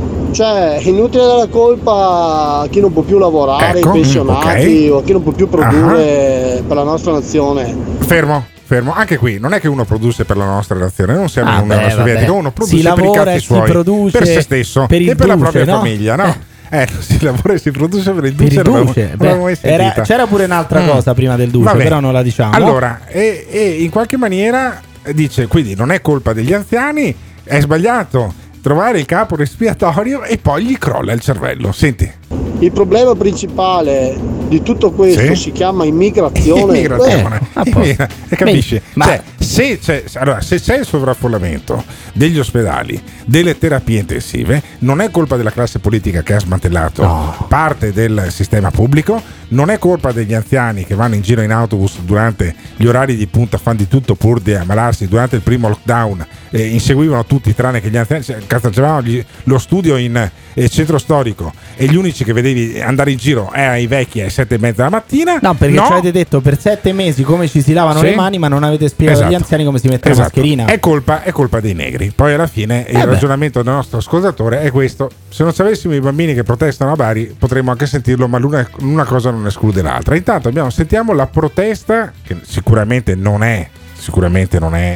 Cioè, è inutile dare la colpa a chi non può più lavorare, ecco, i pensionati, okay. o a chi non può più produrre uh-huh. per la nostra nazione. Fermo, fermo. Anche qui non è che uno produce per la nostra nazione, non siamo ah, in Unione Sovietica, uno produce si per lavora, i cazzi suoi, produce per se stesso per e per duce, la propria no? famiglia, no? Eh. Eh, si lavora e si produce per il per duce, il non duce. l'avevo mai Era, c'era pure un'altra mm. cosa prima del duce, Vabbè. però non la diciamo. Allora, e, e in qualche maniera dice, quindi non è colpa degli anziani, è sbagliato trovare il capo espiatorio e poi gli crolla il cervello. Senti. Il problema principale di tutto questo sì? si chiama immigrazione. Immigrazione. Eh, eh, capisci? Ma cioè, se, c'è, allora, se c'è il sovraffollamento degli ospedali, delle terapie intensive, non è colpa della classe politica che ha smantellato no. parte del sistema pubblico, non è colpa degli anziani che vanno in giro in autobus durante gli orari di punta, fanno di tutto pur di ammalarsi. Durante il primo lockdown eh, inseguivano tutti tranne che gli anziani. C'avevamo lo studio in eh, centro storico e gli unici che vedevi andare in giro erano i vecchi alle sette e mezza la mattina. No, perché no. ci avete detto per sette mesi come ci si lavano sì. le mani, ma non avete spiegato esatto. agli anziani come si mette esatto. la mascherina. È colpa, è colpa dei negri. Poi alla fine eh il beh. ragionamento del nostro ascoltatore è questo: se non avessimo i bambini che protestano a Bari potremmo anche sentirlo, ma l'una, una cosa non esclude l'altra. Intanto abbiamo, sentiamo la protesta, che sicuramente non è sicuramente non è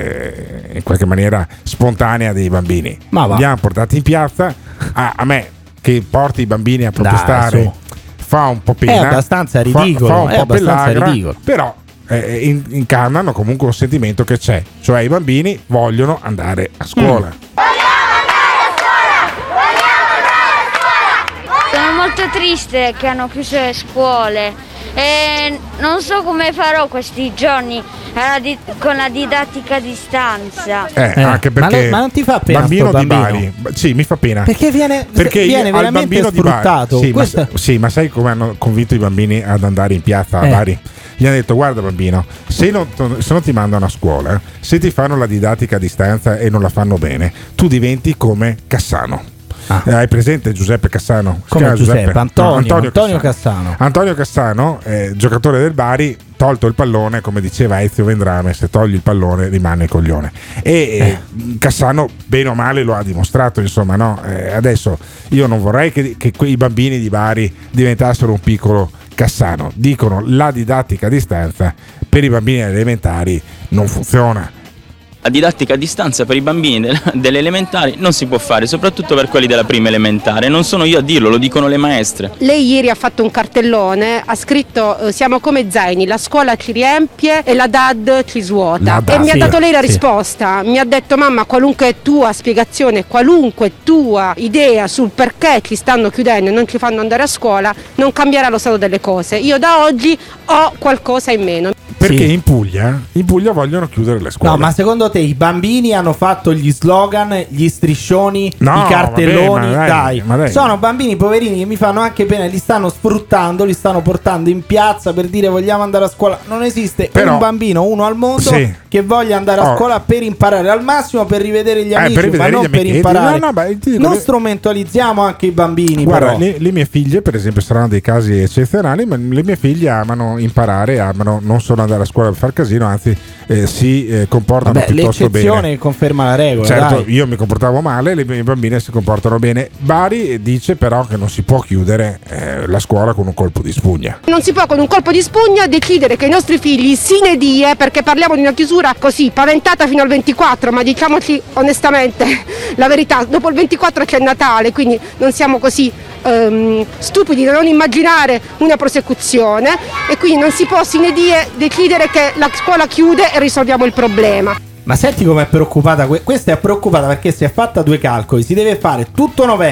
eh, in qualche maniera spontanea, dei bambini. Ma va. Li hanno portati in piazza. A, a me che porti i bambini a protestare Dai, fa un po' pena, è abbastanza ridicolo, fa, fa un è po' abbastanza pellagra, ridicolo. Però eh, in, incarnano comunque un sentimento che c'è, cioè i bambini vogliono andare a scuola. Mm. Sono molto triste che hanno chiuso le scuole e non so come farò questi giorni di, con la didattica a distanza. Eh, eh, anche perché ma, lo, ma non ti fa pena bambino, bambino di Bari? Sì, mi fa pena. Perché viene, perché viene io, veramente al bambino sfruttato. Di Bari, sì, ma, sì, ma sai come hanno convinto i bambini ad andare in piazza a eh. Bari? Gli hanno detto: guarda bambino, se non, se non ti mandano a scuola, se ti fanno la didattica a distanza e non la fanno bene, tu diventi come Cassano. Ah. Eh, hai presente Giuseppe Cassano? Come Giuseppe? Giuseppe? Antonio, no, Antonio, Antonio Cassano. Cassano. Antonio Cassano, eh, giocatore del Bari, tolto il pallone, come diceva Ezio Vendrame, se togli il pallone rimane il coglione. E eh. Cassano bene o male lo ha dimostrato, insomma, no? Eh, adesso io non vorrei che, che quei bambini di Bari diventassero un piccolo Cassano. Dicono la didattica a distanza per i bambini elementari non funziona. La didattica a distanza per i bambini delle elementari non si può fare, soprattutto per quelli della prima elementare. Non sono io a dirlo, lo dicono le maestre. Lei ieri ha fatto un cartellone, ha scritto eh, siamo come zaini, la scuola ci riempie e la D A D ci svuota. D A D, e mi sì, ha dato lei la sì. risposta, mi ha detto: mamma, qualunque tua spiegazione, qualunque tua idea sul perché ci stanno chiudendo e non ci fanno andare a scuola non cambierà lo stato delle cose. Io da oggi ho qualcosa in meno. Perché sì. in Puglia in Puglia vogliono chiudere le scuole. No, ma secondo te i bambini hanno fatto gli slogan, gli striscioni, no, i cartelloni? Vabbè, ma dai, dai. Ma dai. Sono bambini poverini che mi fanno anche pena, li stanno sfruttando, li stanno portando in piazza per dire vogliamo andare a scuola. Non esiste Però, un bambino, uno al mondo sì. che voglia andare a oh. scuola per imparare, al massimo per rivedere gli amici, eh, per ma non per imparare. No, no, beh, non le... strumentalizziamo anche i bambini. Guarda, le, le mie figlie, per esempio, saranno dei casi eccezionali, ma le mie figlie amano imparare, amano non solo andare a scuola per far casino, anzi eh, si eh, comportano Vabbè, piuttosto bene. L'eccezione conferma la regola. Certo, dai. Io mi comportavo male, le mie bambine si comportano bene. Bari dice però che non si può chiudere eh, la scuola con un colpo di spugna. Non si può con un colpo di spugna decidere che i nostri figli sine die, perché parliamo di una chiusura così paventata fino al ventiquattro, ma diciamoci onestamente la verità, dopo il ventiquattro c'è Natale, quindi non siamo così um, stupidi da non immaginare una prosecuzione, e quindi non si può sine die decidere che la scuola chiude e risolviamo il problema. Ma senti com'è preoccupata, questa è preoccupata perché si è fatta due calcoli, si deve fare tutto novembre,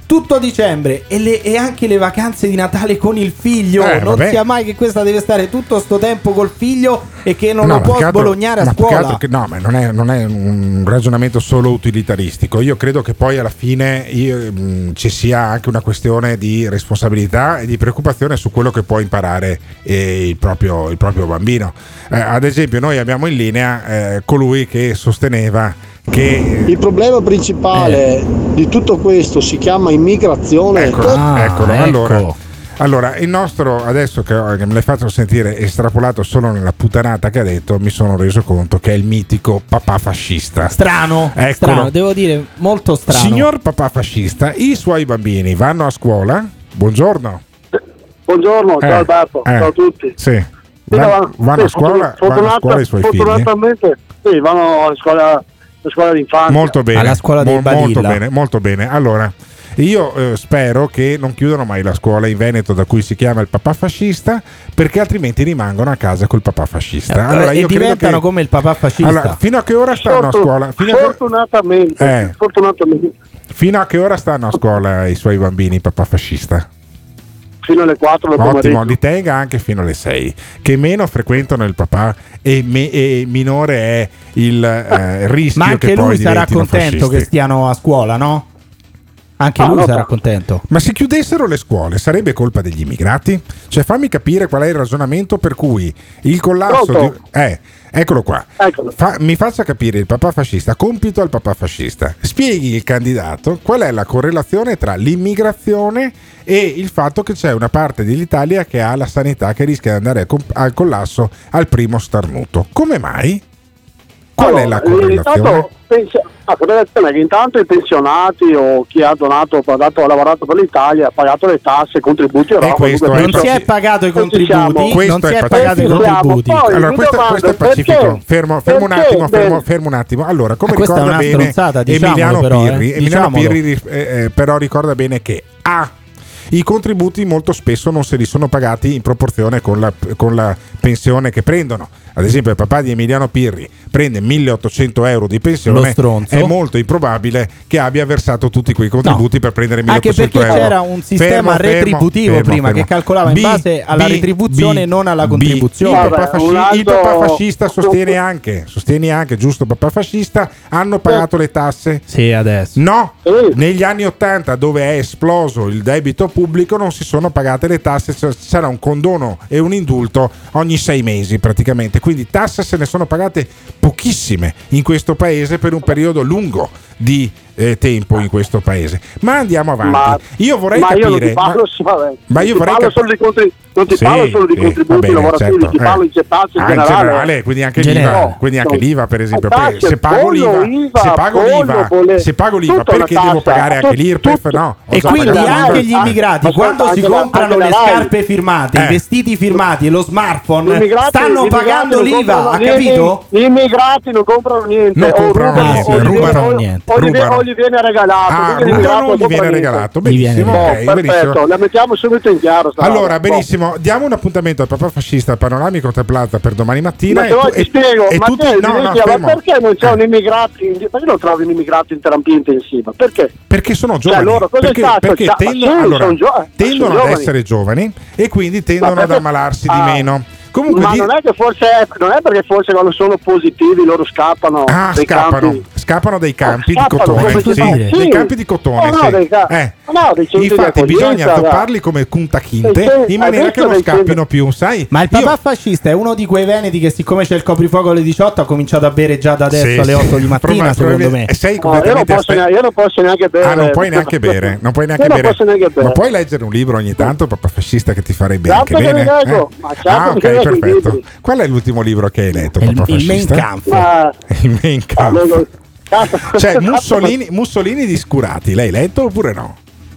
tutto dicembre e, le, e anche le vacanze di Natale con il figlio. Eh, non vabbè. sia mai che questa deve stare tutto sto tempo col figlio e che non No, lo può più che altro- sbolognare a no, più che scuola. altro che- no, ma non è, non è un ragionamento solo utilitaristico. Io credo che poi alla fine io, mh, ci sia anche una questione di responsabilità e di preoccupazione su quello che può imparare eh, il, proprio, il proprio bambino. Eh, ad esempio, noi abbiamo in linea eh, colui che sosteneva che Il problema principale di tutto questo si chiama immigrazione. Eccolo, eccolo. Allora, allora, il nostro, adesso che che me l'hai fatto sentire estrapolato solo nella puttanata che ha detto, mi sono reso conto che è il mitico papà fascista. Strano, Eccolo. strano, devo dire, molto strano. Signor papà fascista, i suoi bambini vanno a scuola? Buongiorno. Buongiorno, Eh, ciao Alberto, eh, ciao a tutti. Sì. Sì, Van- vanno- vanno a sì, scuola, fortun- vanno a scuola i suoi figli? Fortunatamente sì, vanno alla scuola, alla scuola d'infanzia. Molto bene. Alla scuola dei Mo- molto Balilla. bene, molto bene. Allora, io eh, spero che non chiudano mai la scuola in Veneto da cui si chiama il papà fascista, perché altrimenti rimangono a casa col papà fascista. Allora, e io credo diventano che- come il papà fascista. Allora, fino a che ora stanno a Fortu- scuola? Fino a che, Fortunatamente, Eh. fortunatamente, fino a che ora stanno a scuola i suoi bambini, papà fascista? fino alle quattro del Ottimo, pomeriggio. li tenga anche fino alle sei. Che meno frequentano il papà e, me- e minore è il eh, rischio Ma anche che poi lui sarà diventino contento fascisti. che stiano a scuola, no? Anche Ah, lui no, sarà no. contento. Ma se chiudessero le scuole sarebbe colpa degli immigrati? Cioè fammi capire qual è il ragionamento per cui il collasso Pronto? di... Eh, eccolo qua. Eccolo. Fa- mi faccia capire il papà fascista, compito al papà fascista. Spieghi il candidato qual è la correlazione tra l'immigrazione e il fatto che c'è una parte dell'Italia che ha la sanità che rischia di andare al com- al collasso al primo starnuto. Come mai? Qual è la Allora, correlazione? intanto, pensa- la correlazione è che intanto i pensionati o chi ha donato, ha dato- ha lavorato per l'Italia ha pagato le tasse, i contributi e roba, questo dunque è Non penso- si è pagato i Questi siamo. contributi, Questo non si è è pacifico. pagato i Questi siamo. contributi. Poi Allora, mi questo, domando questo è perché- pacifico. Fermo, fermo un perché- attimo, fermo, beh, fermo un attimo. Allora, come Ah, questa è ricorda una bene stronzata, diciamolo Emiliano però, eh. Pirri, Emiliano Diciamolo. Pirri eh, eh, però ricorda bene che A. I contributi molto spesso non se li sono pagati in proporzione con la, con la pensione che prendono. Ad esempio, il papà di Emiliano Pirri prende milleottocento euro di Lo pensione. stronzo. È molto improbabile che abbia versato tutti quei contributi No. per prendere Anche milleottocento perché euro. c'era un sistema Fermo, fermo, retributivo fermo, prima fermo. che calcolava in B, base alla B, retribuzione e B, non alla B. contribuzione. Il papà, Vabbè, fasci- un altro- il papà fascista sostiene anche, sostiene anche, giusto papà fascista, hanno pagato le tasse. Sì, adesso. No, Sì. negli anni ottanta dove è esploso il debito pubblico non si sono pagate le tasse, c- c'era un condono e un indulto ogni sei mesi praticamente, quindi tasse se ne sono pagate pochissime in questo paese per un periodo lungo di eh, tempo in questo paese. Ma andiamo avanti. Ma, io vorrei ma capire io non ti parlo, ma- sì, vabbè, ma io ti vorrei parlo cap- solo di contri- non ti Sì, parlo solo di sì, contributi va bene, lavorativi, certo, ti parlo eh. di tasse in Ah, in generale. generale, quindi anche Generale. l'I V A, quindi anche No. l'I V A per esempio, Tasse, perché se pago bollo, l'I V A, I V A, se pago l'I V A, bollo, bolle- se pago l'I V A tutta una perché devo tassa, pagare anche tut- l'Irpef? tutto. No, ho E già quindi pagato. anche gli Ah, immigrati, ma quando anche si la- comprano anche le la Rai. scarpe firmate, Eh. i vestiti firmati e lo Gli smartphone, immigrati- stanno gli immigrati pagando non l'I V A, comprano ha niente, capito? Gli immigrati non comprano niente, Non o comprano rubano, niente, o gli rubano viene- o- niente. o gli viene- Rubano. o gli viene regalato. Ah, quindi l'immigrato rubano, non gli compra viene niente. regalato. Gli viene Benissimo, Boh, ok, benissimo. perfetto, la mettiamo subito in chiaro. sta Allora, roba. Boh. benissimo, diamo un appuntamento al papà fascista al Panoramico Hotel Plaza per domani mattina. Ma se vuoi e, ti spiego, e ma tutti, te no, mi no, dici, ma fermo. perché non c'è Eh, un immigrato? in- Perché non trovi un immigrato in terapia intensiva? Perché? Perché sono Cioè, giovani, loro cosa perché, cazzo perché c'ha- tendono, sì, allora, sono gio- tendono sono ad giovani. essere giovani e quindi tendono Ma ad perché- ammalarsi ah, di meno. Comunque ma di- non è che forse è, non è perché forse quando sono positivi loro scappano Ah, dai scappano, campi. scappano dai campi Ah, di scappano, cotone, come si sì, fa? dei Sì. campi di cotone, Oh, no, sì. dei ca- Eh. no, dei centri di Infatti bisogna accoglienza, zopparli come Kunta Kinte Sì, sì, in maniera adesso che non dei scappino centri- più, sai? Ma il papà Io- fascista è uno di quei veneti che siccome c'è il coprifuoco alle diciotto ha cominciato a bere già da adesso Sì, alle sì. otto di mattina, Proba- secondo probabilmente- me. Sei No, io, non completamente posso aspe- neanche, io non posso neanche bere. Ah, non puoi neanche bere, non puoi neanche Io non bere. posso neanche bere. Ma puoi leggere un libro ogni tanto, papà fascista, che ti farebbe Certo anche che bene? li leggo, eh? ma certo ah, che ok, leggo i perfetto. libri. Qual è l'ultimo libro che hai letto, Il, papà il Mein fascista? Kampf. Ma, Il Mein ah, Kampf. lo- cazzo, Cioè, cazzo, Mussolini, Mussolini di Scurati, l'hai letto oppure no?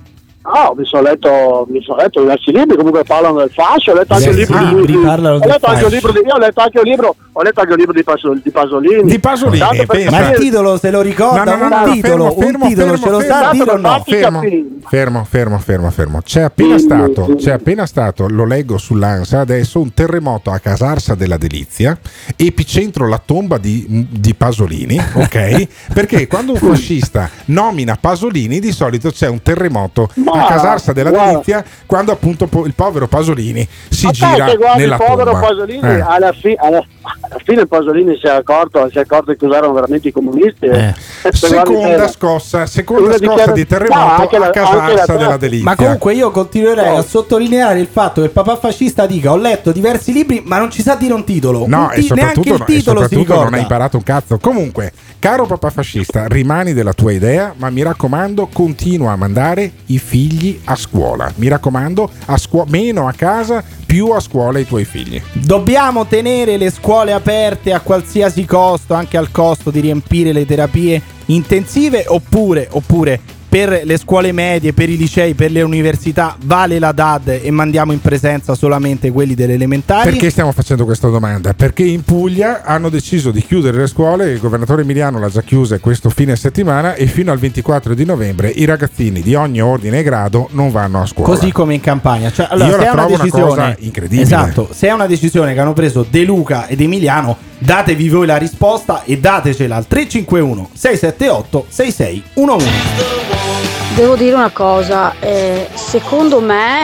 Ah, mi sono letto, mi sono letto diversi libri, comunque parlano del fascio, ho letto anche un libro di, di, ho letto anche un libro di, io ho letto anche un libro, ho letto anche un libro di, Pasol, di Pasolini. Di Pasolini, ma il titolo se lo ricorda, no, no, no, un titolo, fermo, fermo, un titolo fermo, ce lo sa dire o no? Fermo, fermo, fermo, fermo, fermo. C'è appena stato, c'è appena stato, lo leggo sull'Ansa adesso, un terremoto a Casarsa della Delizia, epicentro la tomba di, di Pasolini, ok? Perché quando un fascista nomina Pasolini di solito c'è un terremoto a Casarsa della Delizia quando appunto po- il povero Pasolini si ma gira nella il povero tomba. Pasolini eh. alla, fi- alla, alla fine Pasolini si è accorto si è accorto che usavano veramente i comunisti. Eh. Seconda scossa, seconda scossa dichiara... di terremoto no, a la, Casarsa della Delizia. Ma comunque io continuerei no. a sottolineare il fatto che il papà fascista dica: ho letto diversi libri, ma non ci sa dire un titolo. No, un ti- e soprattutto, neanche il titolo e soprattutto si ricorda. non hai imparato un cazzo. Comunque, caro papà fascista, rimani della tua idea, ma mi raccomando, continua a mandare i figli a scuola. Mi raccomando, a scuola, meno a casa, più a scuola i tuoi figli. Dobbiamo tenere le scuole aperte a qualsiasi costo, anche al costo di riempire le terapie intensive, oppure, oppure per le scuole medie, per i licei, per le università vale la D A D e mandiamo in presenza solamente quelli delle elementari? Perché stiamo facendo questa domanda? Perché in Puglia hanno deciso di chiudere le scuole, il governatore Emiliano l'ha già chiusa questo fine settimana e fino al ventiquattro di novembre i ragazzini di ogni ordine e grado non vanno a scuola. Così come in campagna. Cioè, allora, Io se la è una trovo decisione, una cosa incredibile. Esatto, se è una decisione che hanno preso De Luca ed Emiliano, datevi voi la risposta e datecela al tre cinque uno sei sette otto sei sei uno uno. Devo dire una cosa, eh, secondo me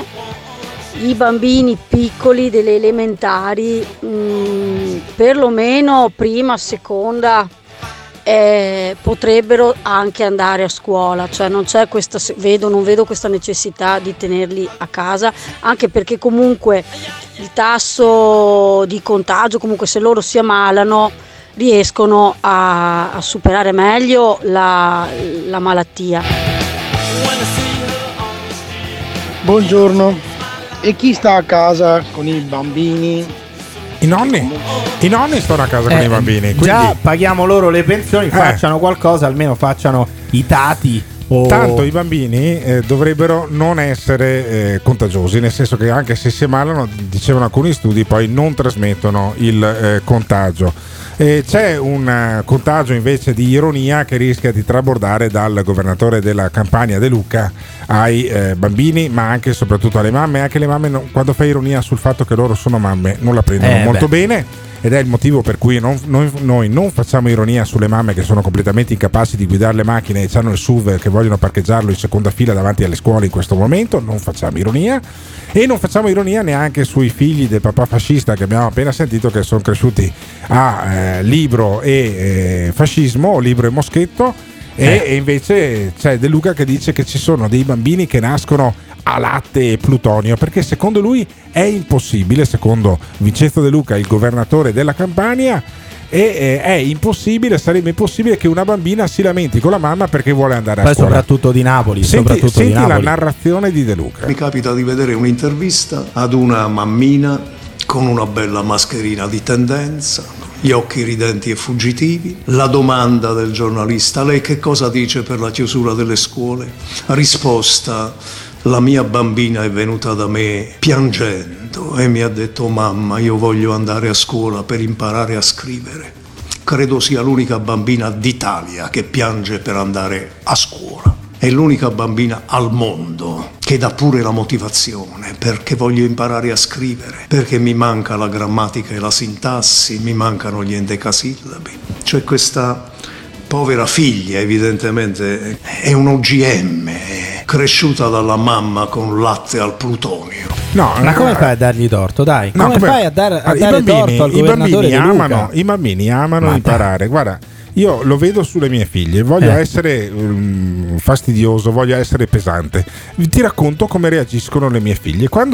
i bambini piccoli delle elementari, mh, perlomeno prima, seconda, eh, potrebbero anche andare a scuola, cioè non c'è questa, vedo, non vedo questa necessità di tenerli a casa, anche perché comunque il tasso di contagio, comunque se loro si ammalano, riescono a, a superare meglio la, la malattia. Buongiorno, e chi sta a casa con i bambini? I nonni? I nonni stanno a casa eh, con i bambini. Quindi... Già paghiamo loro le pensioni, eh. facciano qualcosa, almeno facciano i tati. Oh. Tanto i bambini eh, dovrebbero non essere eh, contagiosi, nel senso che anche se si ammalano, dicevano alcuni studi, poi non trasmettono il eh, contagio. Eh, c'è un uh, contagio invece di ironia che rischia di trabordare dal governatore della Campania De Luca ai eh, bambini, ma anche e soprattutto alle mamme. Anche le mamme, no, quando fai ironia sul fatto che loro sono mamme, non la prendono eh, molto beh. bene. Ed è il motivo per cui non, noi, noi non facciamo ironia sulle mamme che sono completamente incapaci di guidare le macchine e hanno il S U V che vogliono parcheggiarlo in seconda fila davanti alle scuole in questo momento. Non facciamo ironia. E non facciamo ironia neanche sui figli del papà fascista che abbiamo appena sentito, che sono cresciuti a eh, libro e eh, fascismo, libro e moschetto. E, eh. e invece c'è De Luca che dice che ci sono dei bambini che nascono a latte e plutonio, perché secondo lui è impossibile, secondo Vincenzo De Luca, il governatore della Campania, e eh, è impossibile, sarebbe impossibile che una bambina si lamenti con la mamma perché vuole andare a Poi scuola. Soprattutto di Napoli. Senti, soprattutto senti di Napoli. La narrazione di De Luca. Mi capita di vedere un'intervista ad una mammina con una bella mascherina di tendenza, gli occhi ridenti e fuggitivi. La domanda del giornalista: lei che cosa dice per la chiusura delle scuole? Risposta: la mia bambina è venuta da me piangendo e mi ha detto: mamma, io voglio andare a scuola per imparare a scrivere. Credo sia l'unica bambina d'Italia che piange per andare a scuola. È l'unica bambina al mondo che dà pure la motivazione, perché voglio imparare a scrivere, perché mi manca la grammatica e la sintassi, mi mancano gli endecasillabi. C'è questa povera figlia, evidentemente è un O G M, cresciuta dalla mamma con latte al plutonio. No, ma come fai a dargli torto? Dai, no, come, come fai a, dar, a dare bambini, torto al i governatore bambini De Luca? amano, I bambini amano ma imparare. dai. Guarda, io lo vedo sulle mie figlie, voglio eh. essere um, fastidioso, voglio essere pesante. Ti racconto come reagiscono le mie figlie. Quando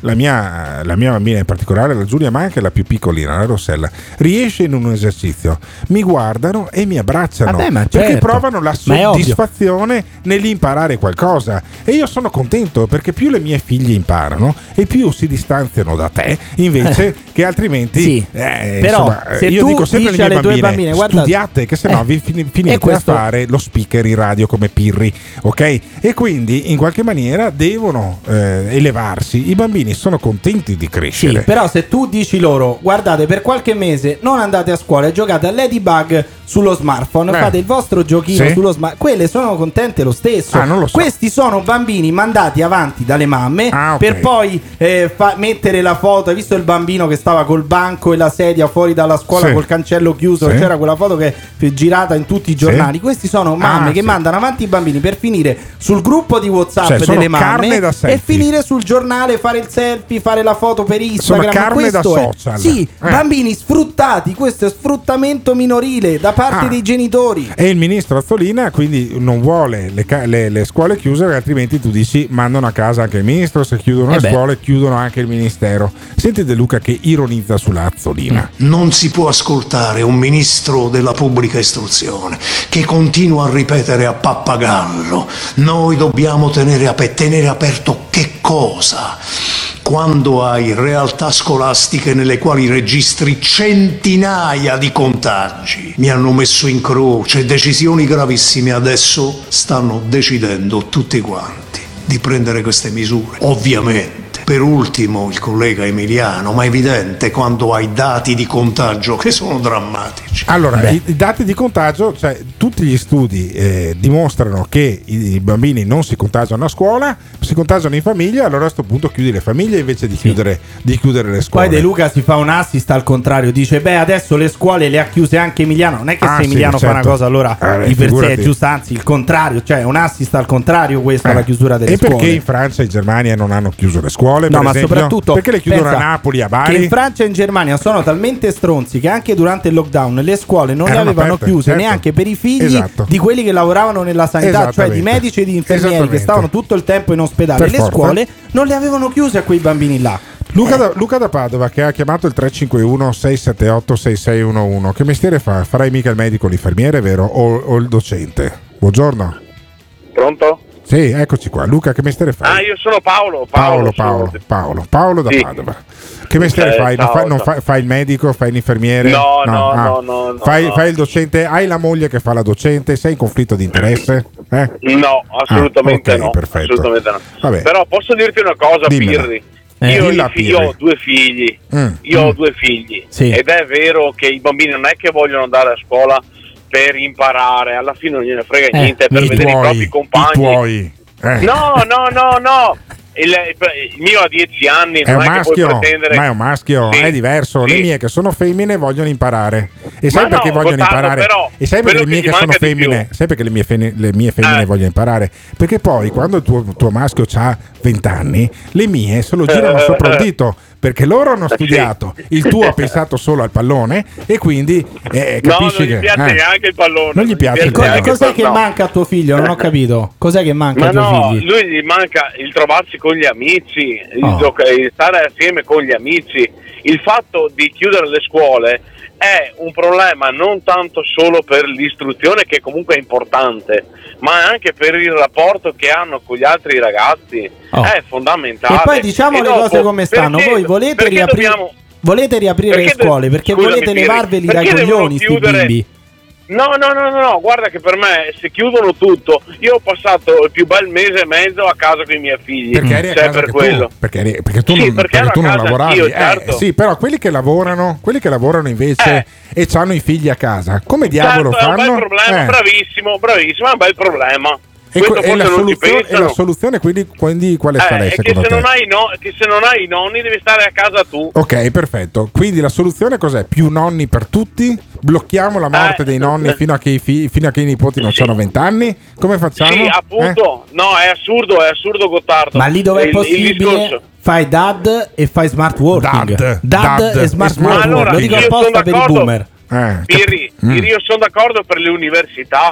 la mia, la mia bambina in particolare, la Giulia, ma anche la più piccolina, la Rossella, riesce in un esercizio, mi guardano e mi abbracciano. Vabbè, ma perché certo. provano la soddisfazione nell'imparare qualcosa, e io sono contento perché più le mie figlie imparano e più si distanziano da te invece eh. che altrimenti sì. eh, però insomma, se io tu dico sempre alle dici mie alle tue bambine, bambine guarda, studiate che sennò eh. vi fin- finite questo... a fare lo speaker in radio come Pirri, ok? E quindi in qualche maniera devono eh, elevarsi. I bambini sono contenti di crescere. Sì, però se tu dici loro guardate, per qualche mese non andate a scuola e giocate a Ladybug sullo smartphone, Beh. fate il vostro giochino Sì. sullo smartphone, quelle sono contente lo stesso. Ah, non lo so. Questi sono bambini mandati avanti dalle mamme ah, okay. per poi eh, fa- mettere la foto. Hai visto il bambino che stava col banco e la sedia fuori dalla scuola, sì. col cancello chiuso, sì. c'era quella foto che è girata in tutti i giornali. Sì. Questi sono mamme ah, che sì. mandano avanti i bambini per finire sul gruppo di WhatsApp, cioè, delle mamme e finire sul giornale, fare il selfie, fare la foto per Instagram. Sono carne da social. Sì, eh. bambini sfruttati, questo è sfruttamento minorile da parte ah. dei genitori. E il ministro Azzolina quindi non vuole le, ca- le, le scuole chiuse, altrimenti tu dici mandano a casa anche il ministro, se chiudono eh le beh. scuole chiudono anche il ministero. Senti De Luca che ironizza sulla Azzolina. Non si può ascoltare un ministro della pubblica istruzione che continua a ripetere a pappagallo: noi dobbiamo tenere, ap- tenere aperto che cosa? Quando hai realtà scolastiche nelle quali registri centinaia di contagi, mi hanno messo in croce, decisioni gravissime, adesso stanno decidendo tutti quanti di prendere queste misure. Ovviamente, per ultimo il collega Emiliano, ma è evidente quando hai dati di contagio che sono drammatici. Allora, i, i dati di contagio, cioè tutti gli studi eh, dimostrano che i, i bambini non si contagiano a scuola, si contagiano in famiglia. Allora a questo punto chiudi le famiglie invece di, sì. chiudere, di chiudere le scuole. Poi De Luca si fa un assist al contrario, dice beh adesso le scuole le ha chiuse anche Emiliano. Non è che ah, se Emiliano sì, fa certo. una cosa allora eh, di per sé è giusto, anzi il contrario, cioè un assist al contrario questa eh. alla chiusura delle e scuole. E perché in Francia e in Germania non hanno chiuso le scuole? No, per ma esempio? soprattutto perché le chiudono a Napoli, a Bari? Che in Francia e in Germania sono talmente stronzi che anche durante il lockdown le scuole non Erano le avevano aperte, chiuse certo. neanche per i figli esatto. di quelli che lavoravano nella sanità, cioè di medici e di infermieri che stavano tutto il tempo in ospedale. Per le forza. scuole non le avevano chiuse a quei bambini là. Luca, eh. da, Luca da Padova che ha chiamato il tre cinque uno sei sette otto sei sei uno uno. Che mestiere fa? Farai mica il medico, l'infermiere, vero? O, o il docente? Buongiorno. Pronto? Sì, eccoci qua. Luca, che mestiere fai? Ah, io sono Paolo. Paolo, Paolo, Paolo, Paolo, Paolo da sì. Padova. Che mestiere eh, fai? Non, ciao, fai, non fai? Fai il medico? Fai l'infermiere? No, no, no, ah. no, no, no, fai, no. fai il docente? Hai la moglie che fa la docente? Sei in conflitto di interesse? Eh? No, assolutamente ah, okay, no. Perfetto. Assolutamente no. Vabbè. Però posso dirti una cosa, Dimmela. Pirri. Eh, io, io, figli, io ho due figli. Mm. Io mm. ho due figli. Sì. Ed è vero che i bambini non è che vogliono andare a scuola per imparare, alla fine non gliene frega Eh, niente, per I vedere tuoi, i propri compagni. I tuoi. Eh. No, no, no, no. Il, il mio ha dieci anni, È non un è, che maschio, puoi pretendere. ma è un maschio, Sì, è diverso. sì. Le mie che sono femmine vogliono imparare. E sai Ma perché no, vogliono Gottardo, imparare? però, E sai perché le mie che che ti sono manca di femmine? Sai perché le mie, femmine, le mie femmine Eh. vogliono imparare? Perché poi quando il tuo, tuo maschio ha venti anni, le mie se lo girano Eh. sopra il dito. Perché loro hanno studiato, il tuo ha pensato solo al pallone e quindi eh, No, capisci non gli che piace eh, neanche il pallone. non gli piace il piace pallone. neanche il Cos'è che pallone. manca a tuo figlio? Non ho capito. Cos'è che manca Ma ai tuoi no, figli? lui gli manca il trovarsi con gli amici, il, Oh. gioca- il stare assieme con gli amici. Il fatto di chiudere le scuole è un problema non tanto solo per l'istruzione, che comunque è importante, ma anche per il rapporto che hanno con gli altri ragazzi. Oh. È fondamentale. E poi diciamo E le dopo, cose come stanno. perché- Voi volete perché riaprire, dobbiamo- volete riaprire perché le scuole perché scusami, volete Pirri, levarveli dai perché devono coglioni sti chiudere- bimbi. No, no, no, no, no, guarda che per me se chiudono tutto, io ho passato il più bel mese e mezzo a casa con i miei figli. Perché eri a cioè, casa per che quello. tu, perché, eri- perché tu Sì, non, perché perché ero tu a non casa lavoravi. anch'io, certo. Eh, sì, però quelli che lavorano, quelli che lavorano invece e hanno i figli a casa, come diavolo Certo, è un fanno? bel problema, Eh. bravissimo, bravissimo, è un bel problema. E, Questo que- e forse la non ci soluzione, e pensano. la soluzione quindi, quindi quale Eh, sarà è che secondo se, te? non hai no- che se non hai i nonni devi stare a casa tu. Ok, perfetto. Quindi la soluzione cos'è? Più nonni per tutti? Blocchiamo la morte Eh, dei nonni eh. fino a che i, figli, fino a che i nipoti non Sì. hanno venti anni? Come facciamo? Sì, appunto, Eh? no, è assurdo, è assurdo Gottardo. Ma lì dove è Il- il possibile discorso- fai dad e fai smart working. Dad, Dad, dad e smart e smart working. Allora, Lo dico io apposta sono per i d'accordo. boomer. Eh, Pirri, Mm. Pirri, io sono d'accordo per le università,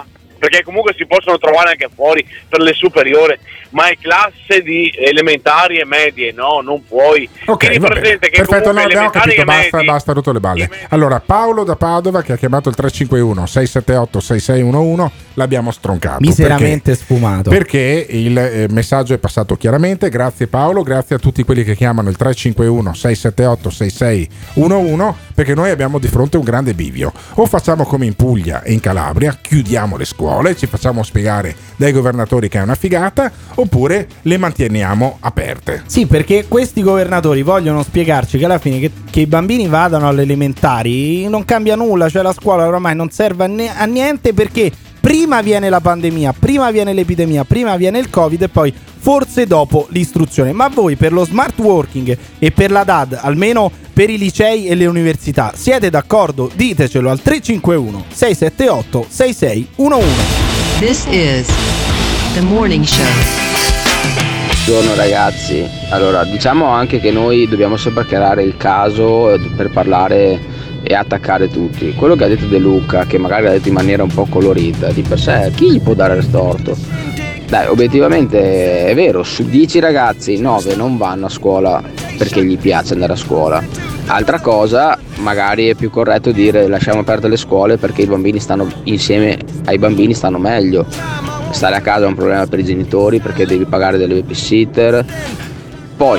perché comunque si possono trovare anche fuori per le superiori, ma è classe di elementari e medie, no, non puoi. Ok, va bene. Che perfetto, no, abbiamo capito, basta, medie, basta, rotto le balle. Allora, Paolo da Padova che ha chiamato il tre cinque uno sei sette otto sei sei uno uno l'abbiamo stroncato. Miseramente perché, sfumato. Perché il eh, messaggio è passato chiaramente. Grazie Paolo, grazie a tutti quelli che chiamano il tre cinque uno sei sette otto sei sei uno uno, perché noi abbiamo di fronte un grande bivio. O facciamo come in Puglia e in Calabria, chiudiamo le scuole, ci facciamo spiegare dai governatori che è una figata, oppure le manteniamo aperte. Sì, perché questi governatori vogliono spiegarci che alla fine che, che i bambini vadano alle elementari non cambia nulla, cioè la scuola ormai non serve a, ne- a niente, perché prima viene la pandemia, prima viene l'epidemia, prima viene il Covid e poi forse dopo l'istruzione. Ma voi per lo smart working e per la D A D, almeno per i licei e le università, siete d'accordo? Ditecelo al tre cinque uno sei sette otto sei sei uno uno. This is The Morning Show. Buongiorno ragazzi, allora diciamo anche che noi dobbiamo sempre creare il caso per parlare e attaccare tutti. Quello che ha detto De Luca, che magari l'ha detto in maniera un po' colorita, di per sé chi gli può dare il torto? Dai, obiettivamente è vero, su dieci ragazzi nove non vanno a scuola perché gli piace andare a scuola. Altra cosa, magari è più corretto dire lasciamo aperte le scuole perché i bambini stanno insieme ai bambini stanno meglio. Stare a casa è un problema per i genitori perché devi pagare delle babysitter. Poi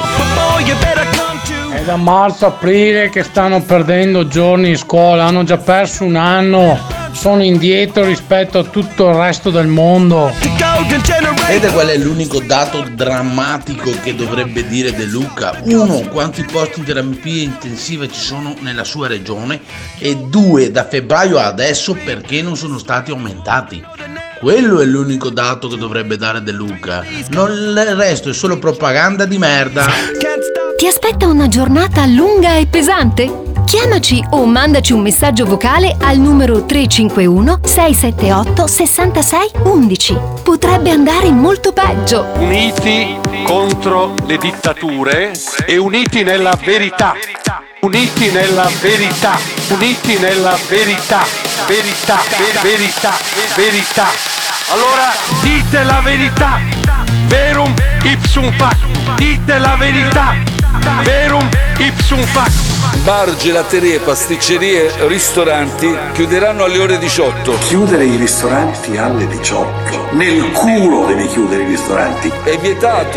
è da marzo-aprile che stanno perdendo giorni in scuola, hanno già perso un anno, sono indietro rispetto a tutto il resto del mondo. Vedete qual è l'unico dato drammatico che dovrebbe dire De Luca? Uno, quanti posti in terapia intensiva ci sono nella sua regione, e due, da febbraio a adesso perché non sono stati aumentati. Quello è l'unico dato che dovrebbe dare De Luca, non il resto è solo propaganda di merda. Ti aspetta una giornata lunga e pesante? Chiamaci o mandaci un messaggio vocale al numero tre cinque uno sei sette otto sei sei uno uno. Potrebbe andare molto peggio. Uniti contro le dittature e uniti nella verità. Uniti nella verità. Uniti nella verità. Verità, ver- verità, verità. Allora dite la verità. Verum ipsum fac. Dite la verità. Verum ipsum fac. Bar, gelaterie, pasticcerie, ristoranti chiuderanno alle ore diciotto. Chiudere i ristoranti alle diciotto? Nel culo devi chiudere i ristoranti. È vietato.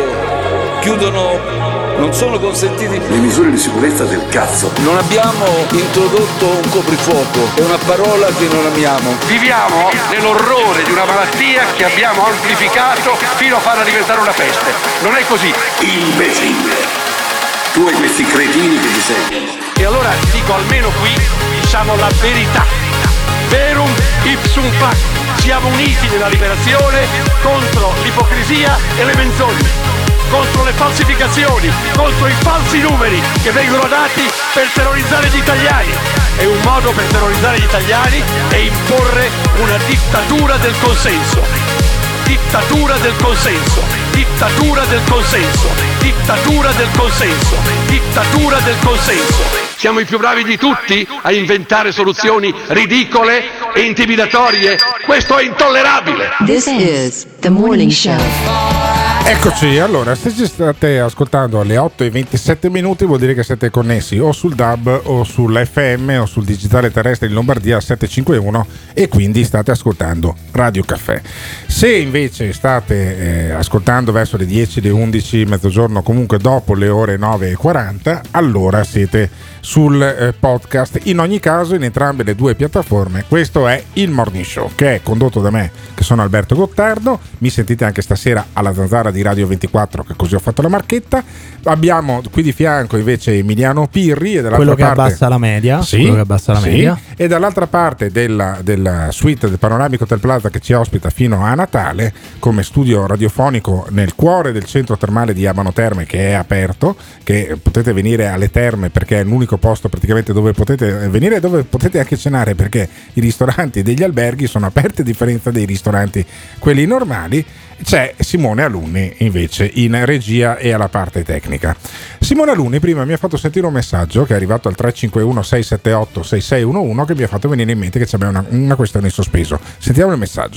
Chiudono. Non sono consentiti le misure di sicurezza del cazzo. Non abbiamo introdotto un coprifuoco, è una parola che non amiamo. Viviamo nell'orrore di una malattia che abbiamo amplificato fino a farla diventare una peste. Non è così. Imbecille. Tu e questi cretini che ti seguono. E allora dico, almeno qui diciamo la verità. Verum ipsum fac. Siamo uniti nella liberazione contro l'ipocrisia e le menzogne, contro le falsificazioni, contro i falsi numeri che vengono dati per terrorizzare gli italiani. È un modo per terrorizzare gli italiani e imporre una dittatura del consenso. Dittatura del consenso. Dittatura del consenso. Dittatura del consenso. Dittatura del consenso. Siamo i più bravi di tutti a inventare soluzioni ridicole e intimidatorie. Questo è intollerabile. This is The Morning Show. Eccoci, allora, se ci state ascoltando alle otto e ventisette minuti vuol dire che siete connessi o sul D A B o sull'F M o sul digitale terrestre in Lombardia settecentocinquantuno e quindi state ascoltando Radio Caffè. Se invece state eh, ascoltando verso le dieci, le undici, mezzogiorno, comunque dopo le ore nove e quaranta, allora siete sul eh, podcast. In ogni caso, in entrambe le due piattaforme, questo è il Morning Show, che è condotto da me, che sono Alberto Gottardo. Mi sentite anche stasera alla zanzara di Radio ventiquattro, che così ho fatto la marchetta. Abbiamo qui di fianco invece Emiliano Pirri e dall'altra quello che parte abbassa la media, sì, quello che abbassa la sì, media. E dall'altra parte della, della suite del Panoramico Hotel Plaza, che ci ospita fino a Natale come studio radiofonico nel cuore del centro termale di Abano Terme, che è aperto, che potete venire alle terme perché è l'unico posto praticamente dove potete venire e dove potete anche cenare, perché i ristoranti degli alberghi sono aperti a differenza dei ristoranti quelli normali. C'è Simone Alunni invece in regia e alla parte tecnica. Simone Alunni prima mi ha fatto sentire un messaggio che è arrivato al tre cinque uno sei sette otto sei sei uno uno, che mi ha fatto venire in mente che c'è una, una questione in sospeso. Sentiamo il messaggio.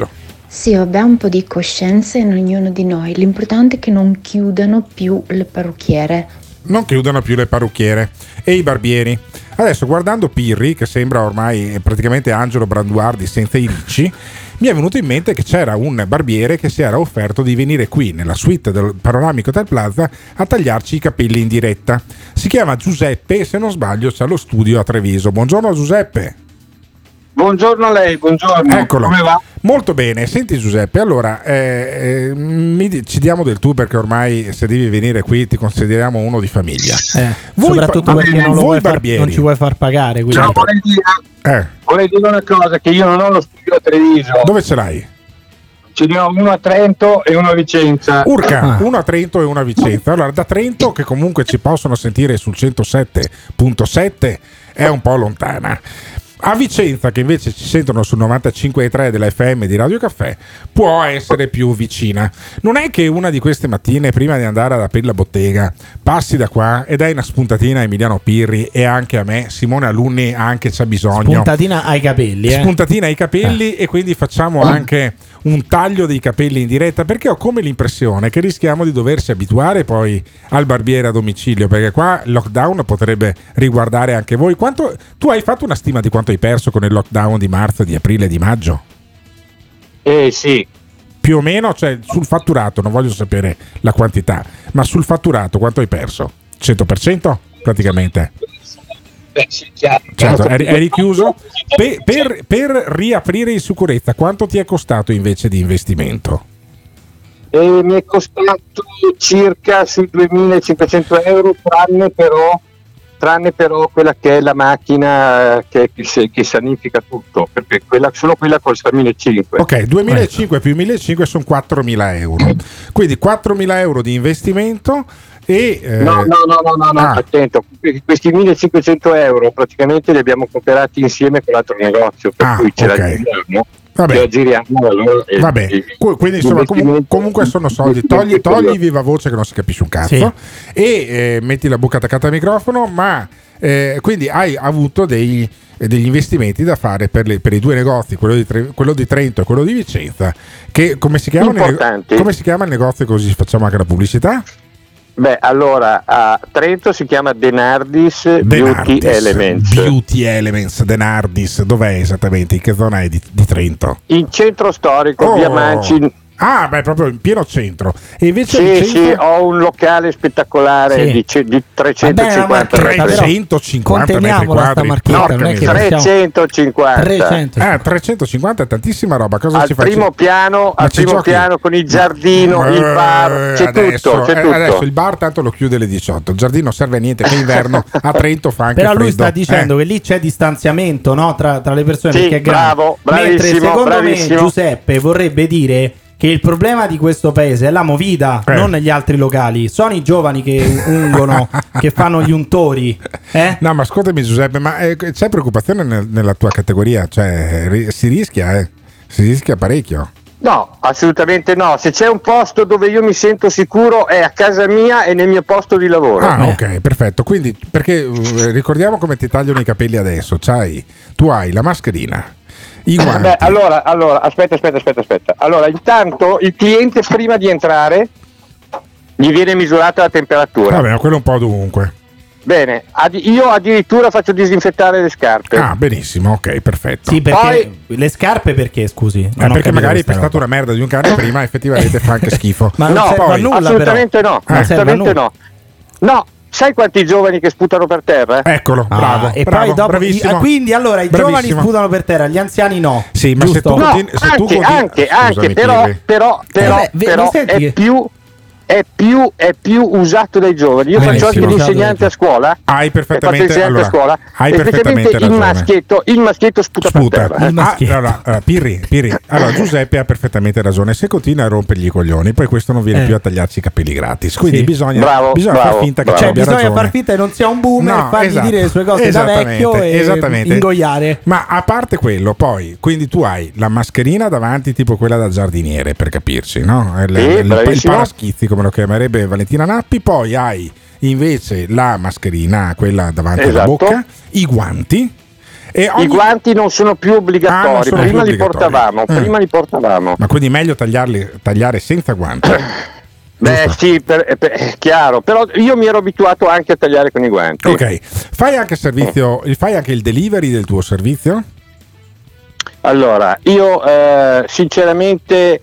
Sì, vabbè, un po' di coscienza in ognuno di noi. L'importante è che non chiudano più le parrucchiere. Non chiudano più le parrucchiere e i barbieri. Adesso, guardando Pirri, che sembra ormai praticamente Angelo Branduardi senza i ricci, mi è venuto in mente che c'era un barbiere che si era offerto di venire qui nella suite del Panoramico Hotel Plaza a tagliarci i capelli in diretta. Si chiama Giuseppe e, se non sbaglio, c'è lo studio a Treviso. Buongiorno Giuseppe. Buongiorno a lei, buongiorno. Eccolo. Come va? Molto bene. Senti Giuseppe, allora eh, eh, mi, ci diamo del tu, perché ormai se devi venire qui ti consideriamo uno di famiglia. Eh, voi soprattutto pa- perché non, lo vuoi far, non ci vuoi far pagare. No, vorrei, dire, eh. vorrei dire una cosa, che io non ho lo studio a Treviso. Dove ce l'hai? Ce ne ho uno a Trento e uno a Vicenza. Urca, ah. uno a Trento e uno a Vicenza. Allora, da Trento, che comunque ci possono sentire sul centosette virgola sette, è un po' lontana. A Vicenza, che invece ci sentono sul novantacinque virgola tre della F M di Radio Caffè, può essere più vicina. Non è che una di queste mattine, prima di andare ad aprire la bottega, passi da qua e dai una spuntatina a Emiliano Pirri e anche a me, Simone Alunni anche c'ha bisogno. Spuntatina ai capelli, eh? Spuntatina ai capelli eh. E quindi facciamo anche un taglio dei capelli in diretta, perché ho come l'impressione che rischiamo di doversi abituare poi al barbiere a domicilio, perché qua il lockdown potrebbe riguardare anche voi. Quanto, tu hai fatto una stima di quanto hai perso con il lockdown di marzo, di aprile e di maggio? Eh sì. Più o meno, cioè sul fatturato, non voglio sapere la quantità, ma sul fatturato quanto hai perso? cento per cento praticamente? Beh, sì, chiaro. Certo, eri, eri chiuso. Per, per, per riaprire in sicurezza, quanto ti è costato invece di investimento? E mi è costato circa sui duemilacinquecento euro, tranne però, tranne però quella che è la macchina che, che, che sanifica tutto, perché quella, solo quella costa millecinquecento. Ok, duemilacinquecento più millecinquecento sono quattromila euro. Quindi quattromila euro di investimento. E, eh... No, no, no, no, no, no ah. attento, questi millecinquecento euro praticamente li abbiamo comprati insieme con l'altro negozio, per ah, cui ce okay. la giriamo, Vabbè. ce la giriamo allora, Vabbè. E, quindi insomma comunque, comunque sono soldi, togli, togli viva voce che non si capisce un cazzo, sì. E eh, metti la bocca attaccata al microfono, ma eh, quindi hai avuto dei, degli investimenti da fare per, le, per i due negozi, quello di, Tre, quello di Trento e quello di Vicenza, che come si chiama, il, come si chiama il negozio, così facciamo anche la pubblicità? Beh, allora a Trento si chiama Denardis, Denardis Beauty Elements. Beauty Elements, Denardis, dov'è esattamente? In che zona è di, di Trento? In centro storico, oh. via Manci. Ah, beh, proprio in pieno centro. E invece sì, Vicenza... sì, ho un locale spettacolare sì. di, c- di trecentocinquanta trecentocinquanta metri quadri. No, trecentocinquanta. trecento. Ah, trecentocinquanta è tantissima roba. Cosa al ci primo faccio? piano, al primo giochi? piano con il giardino, eh, il bar, c'è adesso, tutto, c'è eh, tutto. Adesso il bar tanto lo chiude alle diciotto. Il giardino serve a niente, che inverno a Trento fa anche Però freddo. lui sta dicendo eh. che lì c'è distanziamento, no, tra, tra le persone, sì, perché è bravo, grande. Mentre secondo bravissimo. me Giuseppe vorrebbe dire che il problema di questo paese è la movida, eh. non gli altri locali. Sono i giovani che ungono, che fanno gli untori. Eh? No, ma ascoltami Giuseppe, ma eh, c'è preoccupazione nel, nella tua categoria? Cioè, ri- si rischia, eh? Si rischia parecchio. No, assolutamente no. Se c'è un posto dove io mi sento sicuro è a casa mia e nel mio posto di lavoro. Ah, eh. ok, perfetto. Quindi, perché uh, ricordiamo come ti tagliano i capelli adesso. C'hai, tu hai la mascherina, i guanti. Beh, allora, allora, aspetta, aspetta, aspetta, aspetta. Allora, intanto il cliente prima di entrare gli viene misurata la temperatura. Vabbè, quello un po' dovunque. Bene, ad- io addirittura faccio disinfettare le scarpe. Ah, benissimo, ok, perfetto. Sì, perché Poi... le scarpe perché, scusi? Eh, perché magari hai pescato una merda di un cane prima, effettivamente fa anche schifo. Ma no, poi, nulla, assolutamente però. no, eh. assolutamente no. No. Sai quanti giovani che sputano per terra? Eccolo, ah, bravo. E bravo, poi dopo, bravissimo. Quindi allora i bravissimo. giovani sputano per terra, gli anziani no. Sì, ma giusto? se tu no, continui, se anche, tu continui, anche, anche scusami, però, però, però, eh beh, però è che... più è più è più usato dai giovani. Io Benissimo. faccio anche l'insegnante a scuola. Hai perfettamente allora, a scuola, hai perfettamente il maschietto, il maschietto sputa, sputa. per terra. Eh. Ah, allora, allora, Pirri, Pirri. Allora, Giuseppe ha perfettamente ragione. Se continua a rompergli i coglioni, poi questo non viene eh. più a tagliarci i capelli gratis. Quindi sì. bisogna, bravo, bisogna bravo, far finta bravo. che cioè, abbia bisogna ragione. far finta che non sia un boomer no, e fargli esatto. dire le sue cose da vecchio e esattamente. ingoiare. Ma a parte quello, poi, quindi tu hai la mascherina davanti, tipo quella da giardiniere, per capirci, no? Il, sì, il, il paraschizzi, come lo chiamerebbe Valentina Nappi. Poi hai invece la mascherina, quella davanti esatto. alla bocca, i guanti E ogni... I guanti non sono più obbligatori, ah, sono prima, più li portavamo, eh. prima li portavamo. Ma quindi meglio tagliarli, tagliare senza guanti? Beh sì, per, per, è chiaro, però io mi ero abituato anche a tagliare con i guanti. Ok, fai anche servizio, fai anche il delivery del tuo servizio? Allora, io eh, sinceramente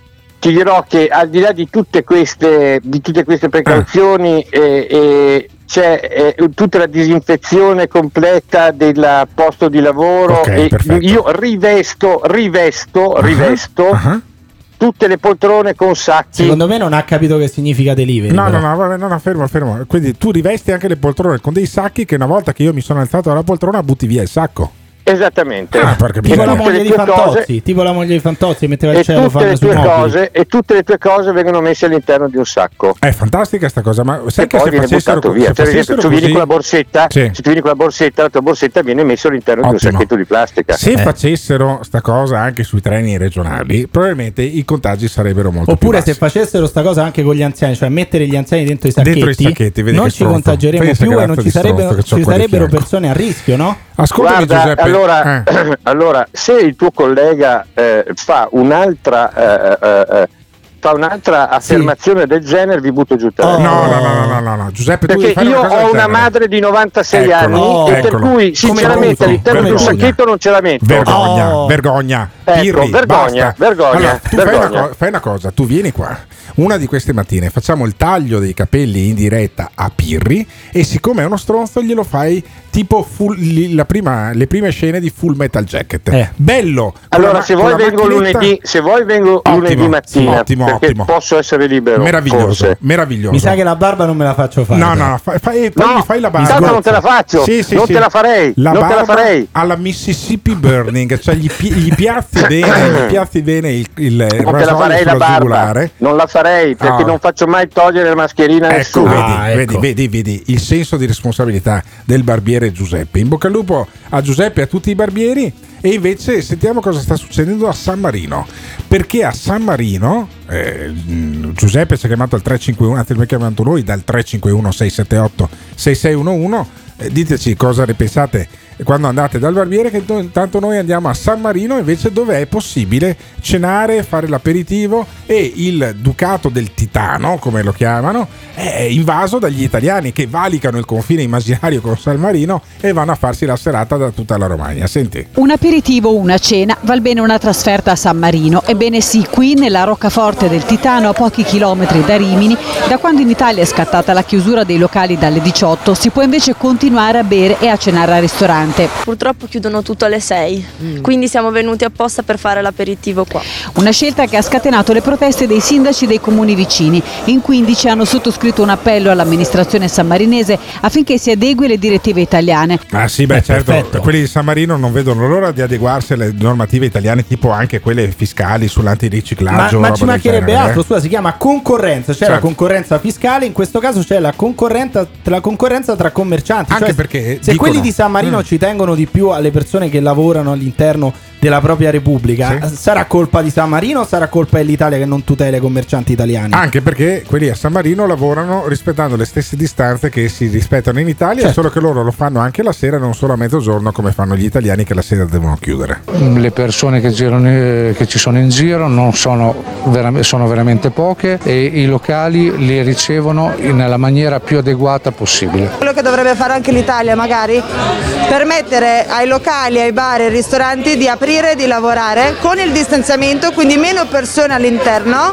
ti dirò che al di là di tutte queste, di tutte queste precauzioni ah. eh, eh, c'è eh, tutta la disinfezione completa del posto di lavoro, okay, e io rivesto, rivesto, uh-huh. rivesto uh-huh. tutte le poltrone con sacchi. Secondo me non ha capito che significa delivery. No, però. no, no, vabbè, no, no, fermo, fermo. Quindi tu rivesti anche le poltrone con dei sacchi che una volta che io mi sono alzato dalla poltrona butti via il sacco. Esattamente. Ah, tipo, la moglie di Fantozzi, tipo la moglie di Fantozzi metteva il cielo tutte le tue cose e tutte le tue cose vengono messe all'interno di un sacco. È fantastica sta cosa, ma sai e che poi se viene facessero buttato via. se Per esempio, tu vieni così... con la borsetta, sì. se tu vieni con la borsetta, la tua borsetta viene messa all'interno Ottimo. di un sacchetto di plastica. Se eh. facessero sta cosa anche sui treni regionali, probabilmente i contagi sarebbero molto Oppure più bassi. se facessero sta cosa anche con gli anziani, cioè mettere gli anziani dentro i sacchetti, dentro i sacchetti vedi non che ci contageremo Pensa più e non ci sarebbero, ci sarebbero persone a rischio, no? Ascoltami, Guarda, Giuseppe. Allora, eh. allora, se il tuo collega eh, fa un'altra eh, eh, fa un'altra affermazione sì. del genere, vi butto giù il telefono. Oh. No, no, no, no, no, no, Giuseppe, perché tu io una ho una madre di novantasei eccolo, anni oh, e eccolo. per cui sinceramente all'interno di un sacchetto non ce la metto. Vergogna, oh. vergogna. Ecco, Pirri, vergogna, basta. vergogna, allora, tu vergogna. Fai, una co- fai una cosa, tu vieni qua una di queste mattine, facciamo il taglio dei capelli in diretta a Pirri e siccome è uno stronzo glielo fai tipo full, la prima, le prime scene di Full Metal Jacket. Eh. Bello. Allora la, se vuoi vengo lunedì, se vuoi vengo ottimo, lunedì mattina ottimo, perché ottimo. posso essere libero. Meraviglioso, forse. meraviglioso. Mi sa che la barba non me la faccio fare. No, no, fai, fai, no, fai la barba. Intanto non te la faccio. Sì, sì, non sì. te la farei. La non te la farei. Alla Mississippi Burning, cioè gli, pi- gli piazzi bene, gli piazzi bene il, il non te la farei la barba. Zugulare. Non la farei perché oh. non faccio mai togliere la mascherina a ecco, nessuno. Vedi, ah, vedi, ecco. vedi, vedi il senso di responsabilità del barbiere Giuseppe. In bocca al lupo a Giuseppe e a tutti i barbieri. E invece sentiamo cosa sta succedendo a San Marino, perché a San Marino eh, Giuseppe ci ha chiamato al tre cinque uno, anzi abbiamo chiamato noi dal tre cinque uno sei sette otto sei sei uno uno. Eh, diteci cosa ne pensate quando andate dal barbiere, che intanto noi andiamo a San Marino invece, dove è possibile cenare, fare l'aperitivo, e il Ducato del Titano, come lo chiamano, è invaso dagli italiani che valicano il confine immaginario con San Marino e vanno a farsi la serata da tutta la Romagna. Senti. Un aperitivo o una cena, val bene una trasferta a San Marino. Ebbene sì, qui nella roccaforte del Titano, a pochi chilometri da Rimini, da quando in Italia è scattata la chiusura dei locali dalle diciotto, si può invece continuare a bere e a cenare al ristorante. Purtroppo chiudono tutto alle sei, mm. quindi siamo venuti apposta per fare l'aperitivo qua. Una scelta che ha scatenato le proteste dei sindaci dei comuni vicini. In quindici hanno sottoscritto un appello all'amministrazione sammarinese affinché si adegui alle direttive italiane. Ah sì, beh, certo, perfetto. Quelli di San Marino non vedono l'ora di adeguarsi alle normative italiane, tipo anche quelle fiscali sull'antiriciclaggio. Ma, ma ci mancherebbe altro, scusa, si chiama concorrenza, c'è certo. la concorrenza fiscale, in questo caso c'è la concorrenza, la concorrenza tra commercianti. Anche cioè, perché se dicono, quelli di San Marino mm. ci tengono di più alle persone che lavorano all'interno della propria Repubblica, sì. sarà colpa di San Marino o sarà colpa dell'Italia che non tutela i commercianti italiani? Anche perché quelli a San Marino lavorano rispettando le stesse distanze che si rispettano in Italia, certo. solo che loro lo fanno anche la sera, non solo a mezzogiorno come fanno gli italiani che la sera devono chiudere. Le persone che, girano, che ci sono in giro non sono, vera, sono veramente poche e i locali li ricevono nella maniera più adeguata possibile. Quello che dovrebbe fare anche l'Italia magari, permettere ai locali, ai bar e ai ristoranti di aprire e di lavorare con il distanziamento, quindi meno persone all'interno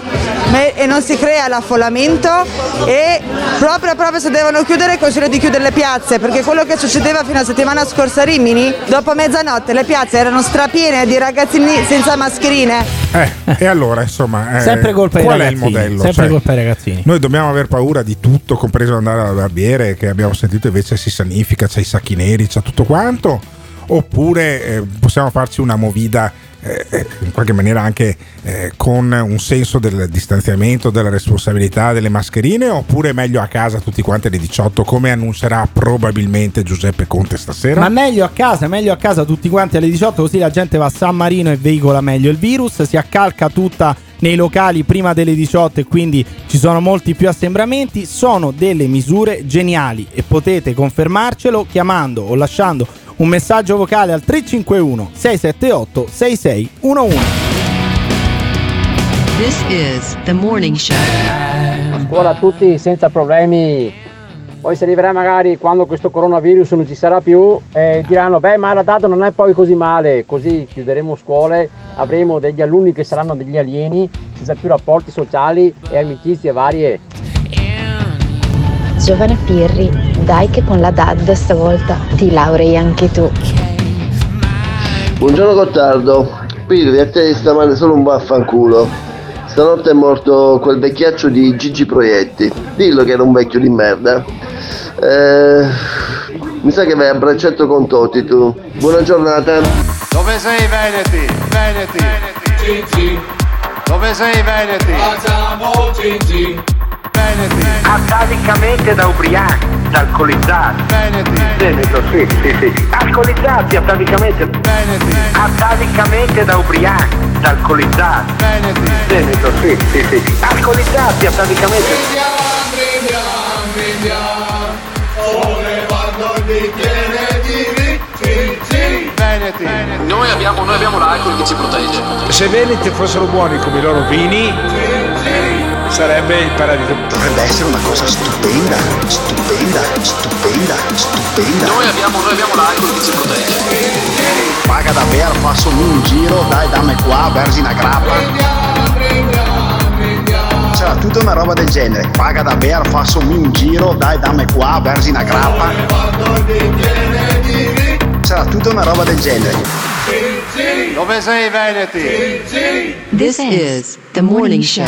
e non si crea l'affollamento, e proprio, proprio se devono chiudere consiglio di chiudere le piazze, perché quello che succedeva fino a settimana scorsa a Rimini, dopo mezzanotte le piazze erano strapiene di ragazzini senza mascherine. Eh, e allora insomma eh, sempre colpa qual ai è il modello? Sempre cioè, colpa ai ragazzini. Noi dobbiamo aver paura di tutto, compreso andare al barbiere, che abbiamo sentito invece si sanifica, c'è i sacchi neri, c'è tutto quanto, oppure eh, possiamo farci una movida eh, in qualche maniera anche eh, con un senso del distanziamento, della responsabilità, delle mascherine, oppure meglio a casa tutti quanti alle diciotto, come annuncerà probabilmente Giuseppe Conte stasera? Ma meglio a casa, meglio a casa tutti quanti alle diciotto, così la gente va a San Marino e veicola meglio il virus, si accalca tutta nei locali prima delle diciotto e quindi ci sono molti più assembramenti. Sono delle misure geniali e potete confermarcelo chiamando o lasciando un messaggio vocale al tre cinque uno sei sette otto sei sei uno uno. This is the morning show. A scuola tutti senza problemi. Poi si arriverà magari quando questo coronavirus non ci sarà più e diranno beh ma la data non è poi così male, così chiuderemo scuole, avremo degli alunni che saranno degli alieni senza più rapporti sociali e amicizie varie. Giovane Pirri, dai che con la D A D stavolta ti laurei anche tu. Buongiorno Gottardo, Pirri a te stamane solo un vaffanculo. Stanotte è morto quel vecchiaccio di Gigi Proietti, dillo che era un vecchio di merda. Eh, mi sa che vai a braccetto con Toti tu. Buona giornata. Dove sei Veneti? Veneti. Veneti. Dove sei Veneti? Facciamo Gigi. Veneti. Atavicamente da ubriachi, da alcolizzati. Veneti. Veneto, sì, sì, sì. Alcolizzati atavicamente. Veneti. Atavicamente da ubriachi, da alcolizzati. Veneti. Veneto, sì, sì, sì. Alcolizzati atavicamente. Brindiamo, brindiamo, sollevando il bicchiere di Gigi. Veneti. Noi abbiamo, noi abbiamo l'alcol che ci protegge. Se Veneti fossero buoni come i loro vini, sarebbe il paradiso. Dovrebbe essere una cosa stupenda, stupenda, stupenda, stupenda. Noi abbiamo, noi abbiamo l'alcol che ci protegge. Paga da bere, fassami un giro, dai dammi qua, versi una grappa. C'era tutta una roba del genere. Paga da bere, fassami un giro, dai dammi qua, versi una grappa. C'era tutta una roba del genere. Dove sei Veneti? This is the morning show.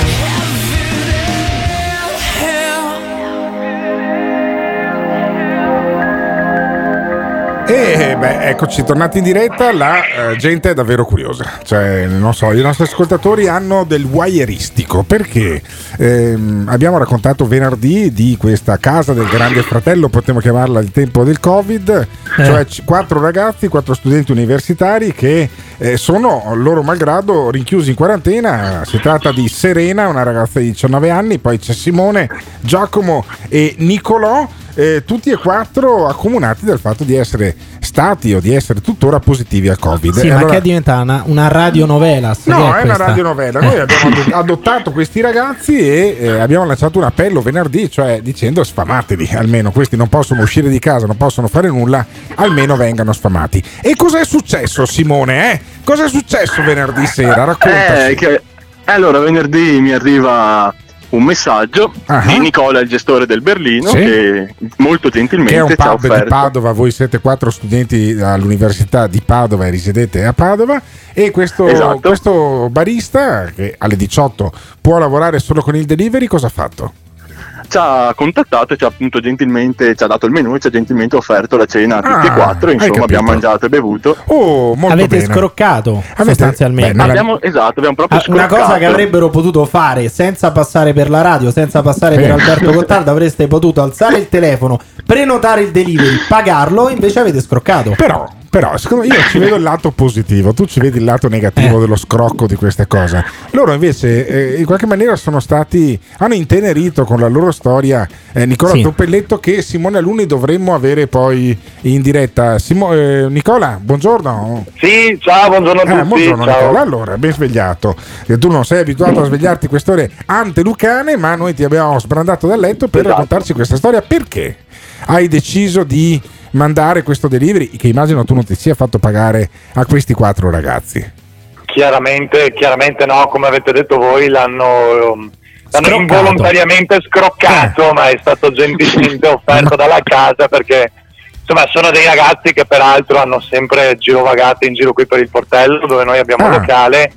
E beh, eccoci tornati in diretta. La eh, gente è davvero curiosa, cioè non so, i nostri ascoltatori hanno del voyeuristico perché ehm, abbiamo raccontato venerdì di questa casa del grande fratello, potremmo chiamarla il tempo del Covid, eh. cioè c- quattro ragazzi, quattro studenti universitari che eh, sono loro malgrado rinchiusi in quarantena. Si tratta di Serena, una ragazza di diciannove anni, poi c'è Simone, Giacomo e Nicolò. Eh, tutti e quattro accomunati dal fatto di essere stati o di essere tuttora positivi al Covid. Sì, e ma allora... che è diventata una, una radionovela? No, è, è una radionovela. Noi abbiamo adottato questi ragazzi e eh, abbiamo lanciato un appello venerdì, cioè dicendo sfamatevi, almeno questi non possono uscire di casa, non possono fare nulla, almeno vengano sfamati. E cos'è successo, Simone? Eh? Cos'è successo venerdì sera? Raccontaci. Eh, che... Allora, venerdì mi arriva un messaggio uh-huh. di Nicola, il gestore del Berlino, sì. che molto gentilmente che è un ci ha pub offerto. Di Padova. Voi siete quattro studenti all'università di Padova e risiedete a Padova, e questo, esatto. questo barista che alle diciotto può lavorare solo con il delivery, cosa ha fatto? Ci ha contattato e ci ha appunto gentilmente ci ha dato il menù e ci ha gentilmente offerto la cena a tutti ah, e quattro. Insomma, abbiamo mangiato e bevuto. Oh, molto avete bene. Scroccato avete, sostanzialmente. Beh, abbiamo, esatto, abbiamo proprio una scroccato. cosa che avrebbero potuto fare senza passare per la radio, senza passare per Alberto Gottardo. Avreste potuto alzare il telefono, prenotare il delivery, pagarlo, invece avete scroccato. Però Però secondo me, io ci vedo il lato positivo, tu ci vedi il lato negativo eh. dello scrocco di queste cose. Loro invece eh, in qualche maniera sono stati, hanno intenerito con la loro storia eh, Nicola sì. Toppelletto, che Simone Alunni dovremmo avere poi in diretta. Simo- eh, Nicola, buongiorno. Sì, ciao, buongiorno a tutti. Eh, buongiorno ciao. Nicola, allora, ben svegliato. E tu non sei abituato a svegliarti queste ore antelucane, ma noi ti abbiamo sbrandato dal letto per esatto. raccontarci questa storia. Perché hai deciso di mandare questo delivery che immagino tu non ti sia fatto pagare a questi quattro ragazzi? Chiaramente, chiaramente no, come avete detto voi l'hanno, l'hanno involontariamente scroccato, eh. ma è stato gentilmente offerto dalla casa, perché insomma sono dei ragazzi che peraltro hanno sempre girovagato in giro qui per il Portello, dove noi abbiamo ah. locale,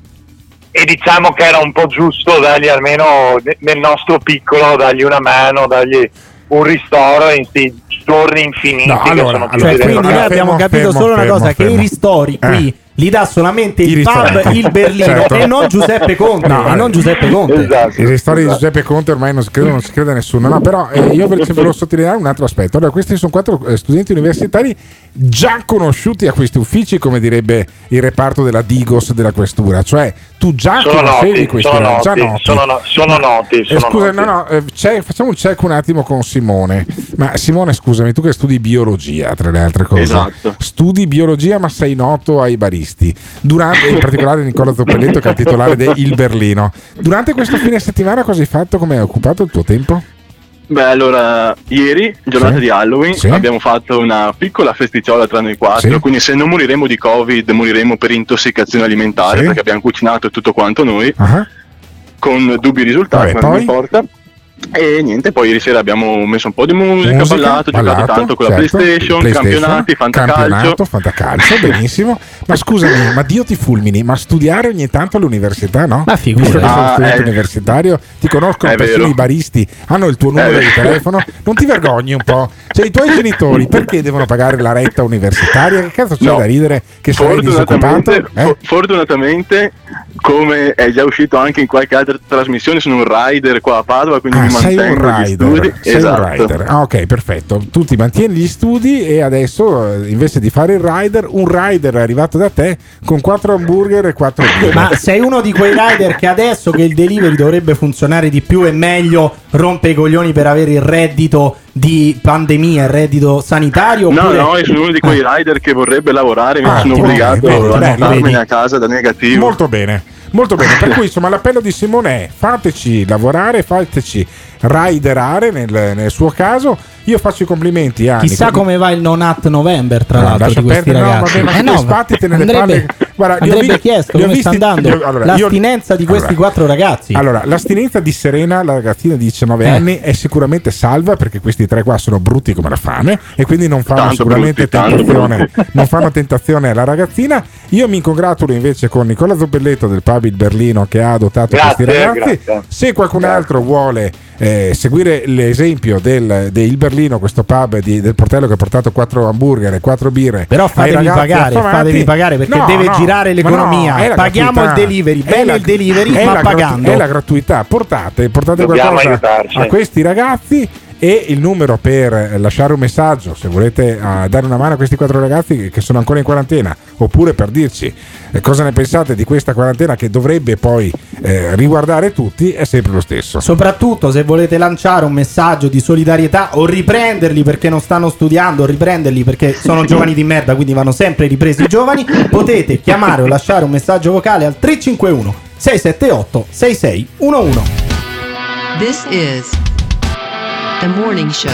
e diciamo che era un po' giusto dargli almeno nel nostro piccolo, dargli una mano, dargli un ristoro in questi giorni infiniti. No, allora, cioè, quindi noi abbiamo capito fermo, solo una cosa, fermo, che fermo. i ristori qui eh. li dà solamente il pub Il Berlino, certo. e non Giuseppe Conte. No, e non Giuseppe Conte. Esatto, le storie esatto. di Giuseppe Conte ormai non si crede, non si crede a nessuno. No, però eh, io volevo sottolineare un altro aspetto. Allora, questi sono quattro eh, studenti universitari già conosciuti a questi uffici, come direbbe il reparto della Digos della questura, cioè tu già sono conoscevi noti, questi sono ragazzi, noti, già noti. Sono, no, sono noti. Sono Eh, scusa, noti. no, no, eh, c'è- facciamo un check un attimo con Simone. Ma Simone, scusami, tu che studi biologia, tra le altre cose, Esatto. studi biologia, ma sei noto ai baristi. Durante, in particolare Nicola Zoppelletto, che è il titolare del Il Berlino. Durante questo fine settimana cosa hai fatto? Come hai occupato il tuo tempo? Beh, allora, ieri, giornata Sì. di Halloween, Sì. abbiamo fatto una piccola festicciola tra noi quattro, Sì. quindi se non moriremo di Covid, moriremo per intossicazione alimentare, Sì. perché abbiamo cucinato tutto quanto noi, Ah, con dubbi risultati, Vabbè, ma non poi? importa. E niente, poi ieri sera abbiamo messo un po' di musica, musica, ballato, giocato ballato, tanto con certo. la PlayStation, PlayStation, campionati, fantacalcio. campionato, fantacalcio, benissimo. Ma scusami, ma Dio ti fulmini, ma studiare ogni tanto all'università, no? Ma figurati. Visto che sei Ah, studente eh. universitario, ti conoscono È persino vero. i baristi, hanno il tuo numero È di vero. telefono, non ti vergogni un po'? Cioè i tuoi genitori perché devono pagare la retta universitaria? Che cazzo c'è No. da ridere che sarai disoccupato? Fortunatamente, Eh? fo- fortunatamente, come è già uscito anche in qualche altra trasmissione, sono un rider qua a Padova, quindi Ah, mi sei mantengo un agli rider, studi. sei Esatto. un rider. Ah, ok, perfetto. Tu ti mantieni gli studi e adesso eh, invece di fare il rider, un rider è arrivato da te con quattro hamburger e quattro birre. Ma sei uno di quei rider che adesso che il delivery dovrebbe funzionare di più e meglio rompe i coglioni per avere il reddito di pandemia, il reddito sanitario? No, oppure... no, io sono uno di quei rider che vorrebbe lavorare, ma Ah, sono ottimo, obbligato bene, a bene, starmene vedi. a casa da negativo. Molto bene, molto bene. Per cui insomma l'appello di Simone è: fateci lavorare, fateci riderare nel, nel suo caso. Io faccio i complimenti a Chissà Nicola- come va il non at November, tra No, l'altro, lascia di questi perdere, no, ragazzi. vabbè, ma Eh tu no, sbattiti nelle andrebbe, palle. Guarda, li ho andrebbe vi- chiesto li ho come visti- sta andando li ho- allora, io- l'astinenza di questi allora, quattro ragazzi. Allora, l'astinenza di Serena, la ragazzina di diciannove Eh. anni, è sicuramente salva, perché questi tre qua sono brutti come la fame e quindi non fanno Tanto sicuramente brutti, tanto tentazione, brutti. non fanno tentazione alla ragazzina. Io mi congratulo invece con Nicola Zoppelletto del pub Il Berlino, che ha adottato Grazie, questi ragazzi. grazie. Se qualcun Grazie. altro vuole eh, seguire l'esempio del, del Berlino, questo pub di- del portello che ha portato quattro hamburger e quattro birre, Però ai fatevi ragazzi pagare, affamati. fatevi pagare perché No, deve no, girare ma l'economia. no, è la Paghiamo il gratuità. delivery, È bene la- il delivery, è ma la gratu- pagando. È la gratuità. Portate, portate Dobbiamo qualcosa aiutarci. a questi ragazzi. E il numero per lasciare un messaggio, se volete uh, dare una mano a questi quattro ragazzi che sono ancora in quarantena, oppure per dirci eh, cosa ne pensate di questa quarantena che dovrebbe poi eh, riguardare tutti, è sempre lo stesso. Soprattutto se volete lanciare un messaggio di solidarietà o riprenderli perché non stanno studiando, o riprenderli perché sono giovani di merda, quindi vanno sempre ripresi i giovani, potete chiamare o lasciare un messaggio vocale al tre cinque uno sei sette otto sei sei uno uno. This is The Morning Show.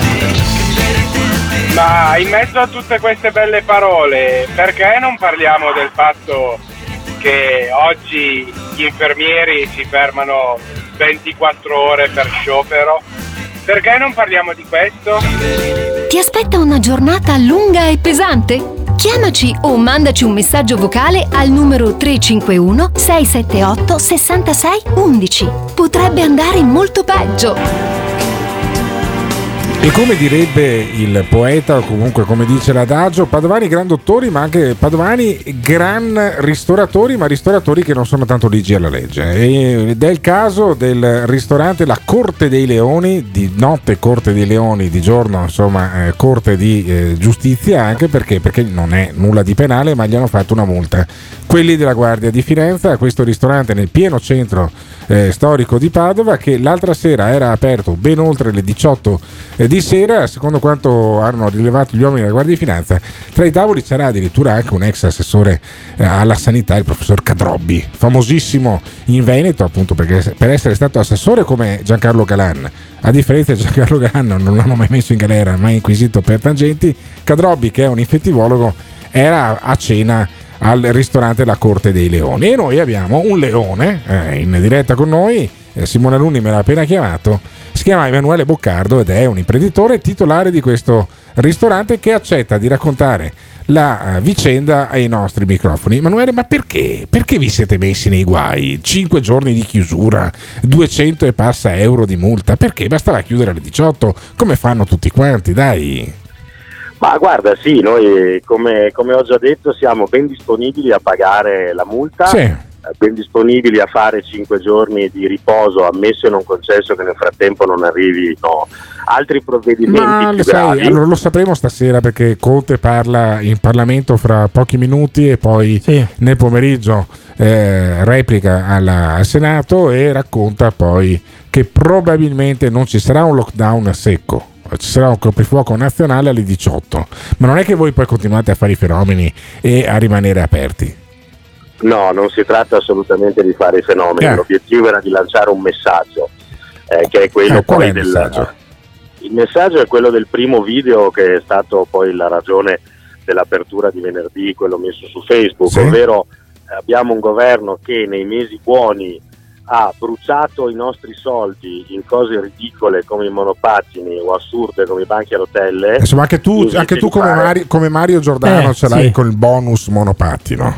Ma in mezzo a tutte queste belle parole, perché non parliamo del fatto che oggi gli infermieri si fermano ventiquattro ore per sciopero? Perché non parliamo di questo? Ti aspetta una giornata lunga e pesante? Chiamaci o mandaci un messaggio vocale al numero tre cinque uno sei sette otto sei sei uno uno. Potrebbe andare molto peggio. E come direbbe il poeta, o comunque come dice l'adagio, padovani gran dottori, ma anche padovani gran ristoratori, ma ristoratori che non sono tanto ligi alla legge. Ed è il caso del ristorante La Corte dei Leoni, di notte Corte dei Leoni, di giorno insomma eh, Corte di eh, Giustizia, anche perché, perché non è nulla di penale, ma gli hanno fatto una multa. Quelli della Guardia di Finanza, a questo ristorante nel pieno centro eh, storico di Padova, che l'altra sera era aperto ben oltre le diciotto eh, di sera, secondo quanto hanno rilevato gli uomini della Guardia di Finanza. Tra i tavoli c'era addirittura anche un ex assessore eh, alla sanità, il professor Cadrobbi, famosissimo in Veneto appunto perché per essere stato assessore come Giancarlo Galan. A differenza di Giancarlo Galan, non l'hanno mai messo in galera, mai inquisito per tangenti. Cadrobbi, che è un infettivologo, era a cena al ristorante La Corte dei Leoni e noi abbiamo un leone eh, in diretta con noi. eh, Simone Alunni me l'ha appena chiamato, si chiama Emanuele Boccardo ed è un imprenditore titolare di questo ristorante che accetta di raccontare la uh, vicenda ai nostri microfoni. Emanuele, ma perché? Perché vi siete messi nei guai? cinque giorni di chiusura, duecento e passa euro di multa, perché bastava chiudere alle diciotto come fanno tutti quanti, dai. Ma guarda, sì, noi come, come ho già detto siamo ben disponibili a pagare la multa, sì. eh, ben disponibili a fare cinque giorni di riposo, ammesso e non concesso che nel frattempo non arrivino altri provvedimenti Ma più lo sai, gravi. allora lo sapremo stasera perché Conte parla in Parlamento fra pochi minuti e poi sì. nel pomeriggio eh, replica alla, al Senato e racconta poi che probabilmente non ci sarà un lockdown secco. Ci sarà un coprifuoco nazionale alle diciotto, ma non è che voi poi continuate a fare i fenomeni e a rimanere aperti. No, non si tratta assolutamente di fare i fenomeni, Eh. l'obiettivo era di lanciare un messaggio, eh, che è quello Eh, qual poi è il del messaggio? il messaggio è quello del primo video che è stato poi la ragione dell'apertura di venerdì, quello messo su Facebook, Sì. ovvero eh, abbiamo un governo che nei mesi buoni ha bruciato i nostri soldi in cose ridicole come i monopattini o assurde come i banchi a rotelle. Insomma, anche tu, invece anche tu di come, fare- Mario, come Mario Giordano Eh, ce l'hai sì. con il bonus monopattino.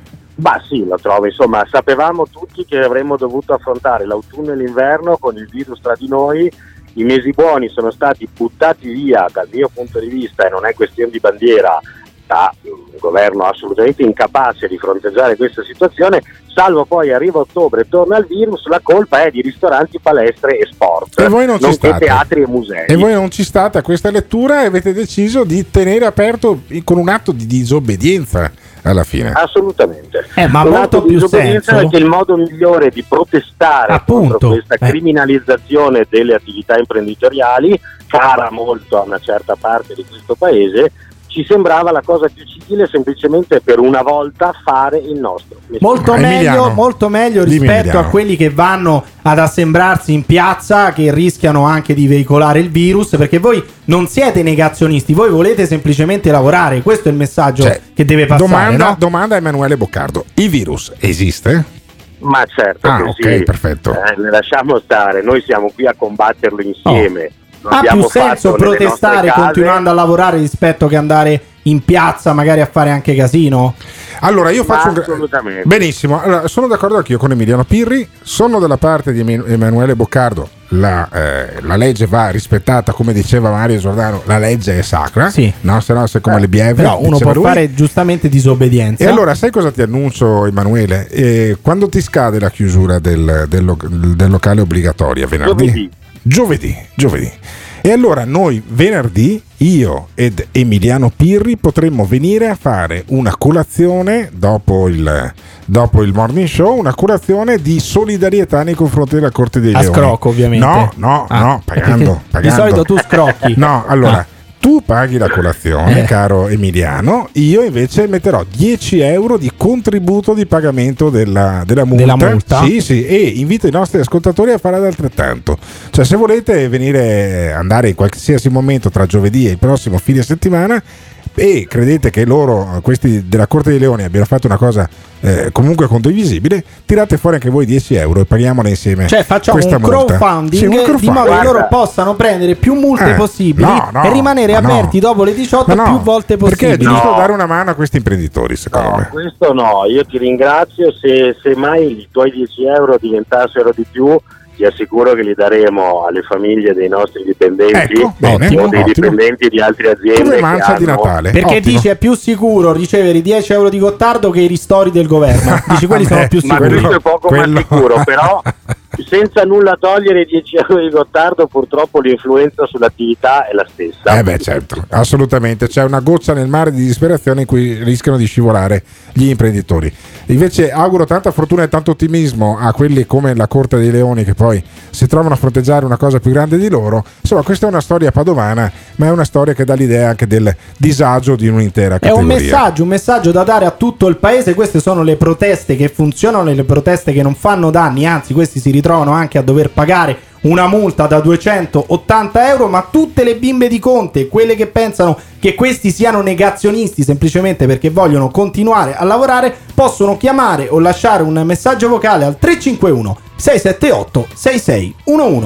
Bah sì, lo trovo, insomma, sapevamo tutti che avremmo dovuto affrontare l'autunno e l'inverno con il virus tra di noi. I mesi buoni sono stati buttati via dal mio punto di vista, e non è questione di bandiera, da un governo assolutamente incapace di fronteggiare questa situazione, salvo poi arriva ottobre, torna il virus, la colpa è di ristoranti, palestre e sport, E voi non ci nonché state. teatri e musei. E voi non ci state a questa lettura e avete deciso di tenere aperto con un atto di disobbedienza alla fine. Assolutamente. Eh, ma Un molto atto di più disobbedienza senso. perché il modo migliore di protestare Appunto, contro questa eh. criminalizzazione delle attività imprenditoriali, cara molto a una certa parte di questo paese, ci sembrava la cosa più civile semplicemente per una volta fare il nostro mestiere. Molto Emiliano, meglio, molto meglio dimmi, rispetto Emiliano. a quelli che vanno ad assembrarsi in piazza, che rischiano anche di veicolare il virus, perché voi non siete negazionisti, voi volete semplicemente lavorare. Questo è il messaggio Cioè, che deve passare, domanda, no? domanda a Emanuele Boccardo: il virus esiste? Ma certo Ah, che ok, sì. perfetto. Eh, ne lasciamo stare, noi siamo qui a combatterlo insieme. Lo Ha abbiamo più senso fatto nelle protestare nostre case. continuando a lavorare rispetto che andare in piazza magari a fare anche casino? Allora io faccio un gra- Assolutamente. benissimo, allora, sono d'accordo anch'io con Emiliano Pirri, sono dalla parte di Emen- Emanuele Boccardo. La, eh, la legge va rispettata, come diceva Mario Giordano, la legge è sacra, Sì. no? Se no sei come le bieve, Però uno diceva può lui. fare giustamente disobbedienza. E allora sai cosa ti annuncio, Emanuele? Eh, quando ti scade la chiusura del, del lo- del locale obbligatoria venerdì? Giovedì. Giovedì, giovedì. E allora noi venerdì, io ed Emiliano Pirri, potremmo venire a fare una colazione dopo il, dopo il morning show, una colazione di solidarietà nei confronti della Corte dei A Leoni. scrocco, ovviamente. No, no, Ah, no, pagando, perché pagando. di solito tu scrocchi. No, allora... Ah. Tu paghi la colazione, Eh. caro Emiliano, io invece metterò dieci euro di contributo di pagamento della, della multa. Della multa? Sì, sì, e invito i nostri ascoltatori a fare altrettanto. Cioè, se volete venire, andare in qualsiasi momento tra giovedì e il prossimo fine settimana e credete che loro, questi della Corte dei Leoni, abbiano fatto una cosa eh, comunque condivisibile, tirate fuori anche voi dieci euro e paghiamola insieme. Cioè facciamo questa un multa. crowdfunding, Sì, un di crowdfunding. modo che loro Guarda. possano prendere più multe Eh, possibili no, no, e rimanere ma no. aperti dopo le diciotto Ma no, più volte possibili. perché è giusto No. dare una mano a questi imprenditori, secondo No, me. questo no, io ti ringrazio, se, se mai i tuoi dieci euro diventassero di più, ti assicuro che li daremo alle famiglie dei nostri dipendenti Ecco, bene, o dei ottimo. dipendenti di altre aziende. Come che mancia di hanno- Natale. Perché Ottimo. dice è più sicuro ricevere i dieci euro di Gottardo che i ristori del governo. Dici quelli sono Beh, più Ma sicuri. questo è poco quello- ma sicuro, però senza nulla togliere i dieci euro di Gottardo, purtroppo l'influenza sull'attività è la stessa. Eh beh, certo, assolutamente. C'è una goccia nel mare di disperazione in cui rischiano di scivolare gli imprenditori. Invece auguro tanta fortuna e tanto ottimismo a quelli come la Corte dei Leoni che poi si trovano a fronteggiare una cosa più grande di loro. Insomma, questa è una storia padovana, ma è una storia che dà l'idea anche del disagio di un'intera È categoria. un messaggio, un messaggio da dare a tutto il paese. Queste sono le proteste che funzionano, le proteste che non fanno danni, anzi questi si ritrovano anche a dover pagare una multa da duecentottanta euro, ma tutte le bimbe di Conte, quelle che pensano che questi siano negazionisti semplicemente perché vogliono continuare a lavorare, possono chiamare o lasciare un messaggio vocale al tre cinque uno sei sette otto sei sei uno uno.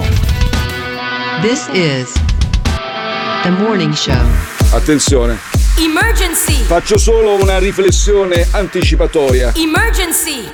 This is The Morning Show. Attenzione, Emergency! faccio solo una riflessione anticipatoria. Emergency!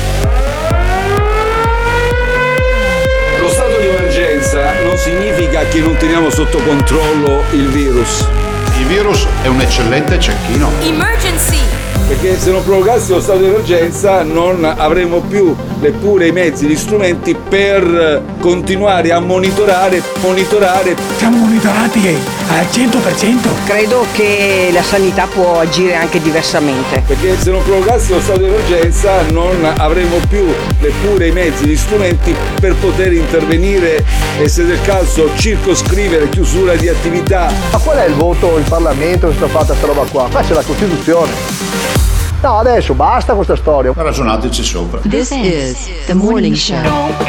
Lo stato di emergenza non significa che non teniamo sotto controllo il virus. virus è un eccellente cecchino. Emergency! Perché se non prorogassi lo stato di emergenza non avremo più neppure i mezzi, gli strumenti per continuare a monitorare, monitorare. Siamo monitorati al cento per cento. Credo che la sanità può agire anche diversamente. Perché se non prorogassi lo stato di emergenza non avremo più neppure i mezzi, gli strumenti per poter intervenire e, se del caso, circoscrivere chiusura di attività. Ma qual è il voto in Parlamento che sta fatta sta roba qua? Qua c'è la Costituzione. No, adesso basta questa storia. Ragionateci sopra. This is the morning show.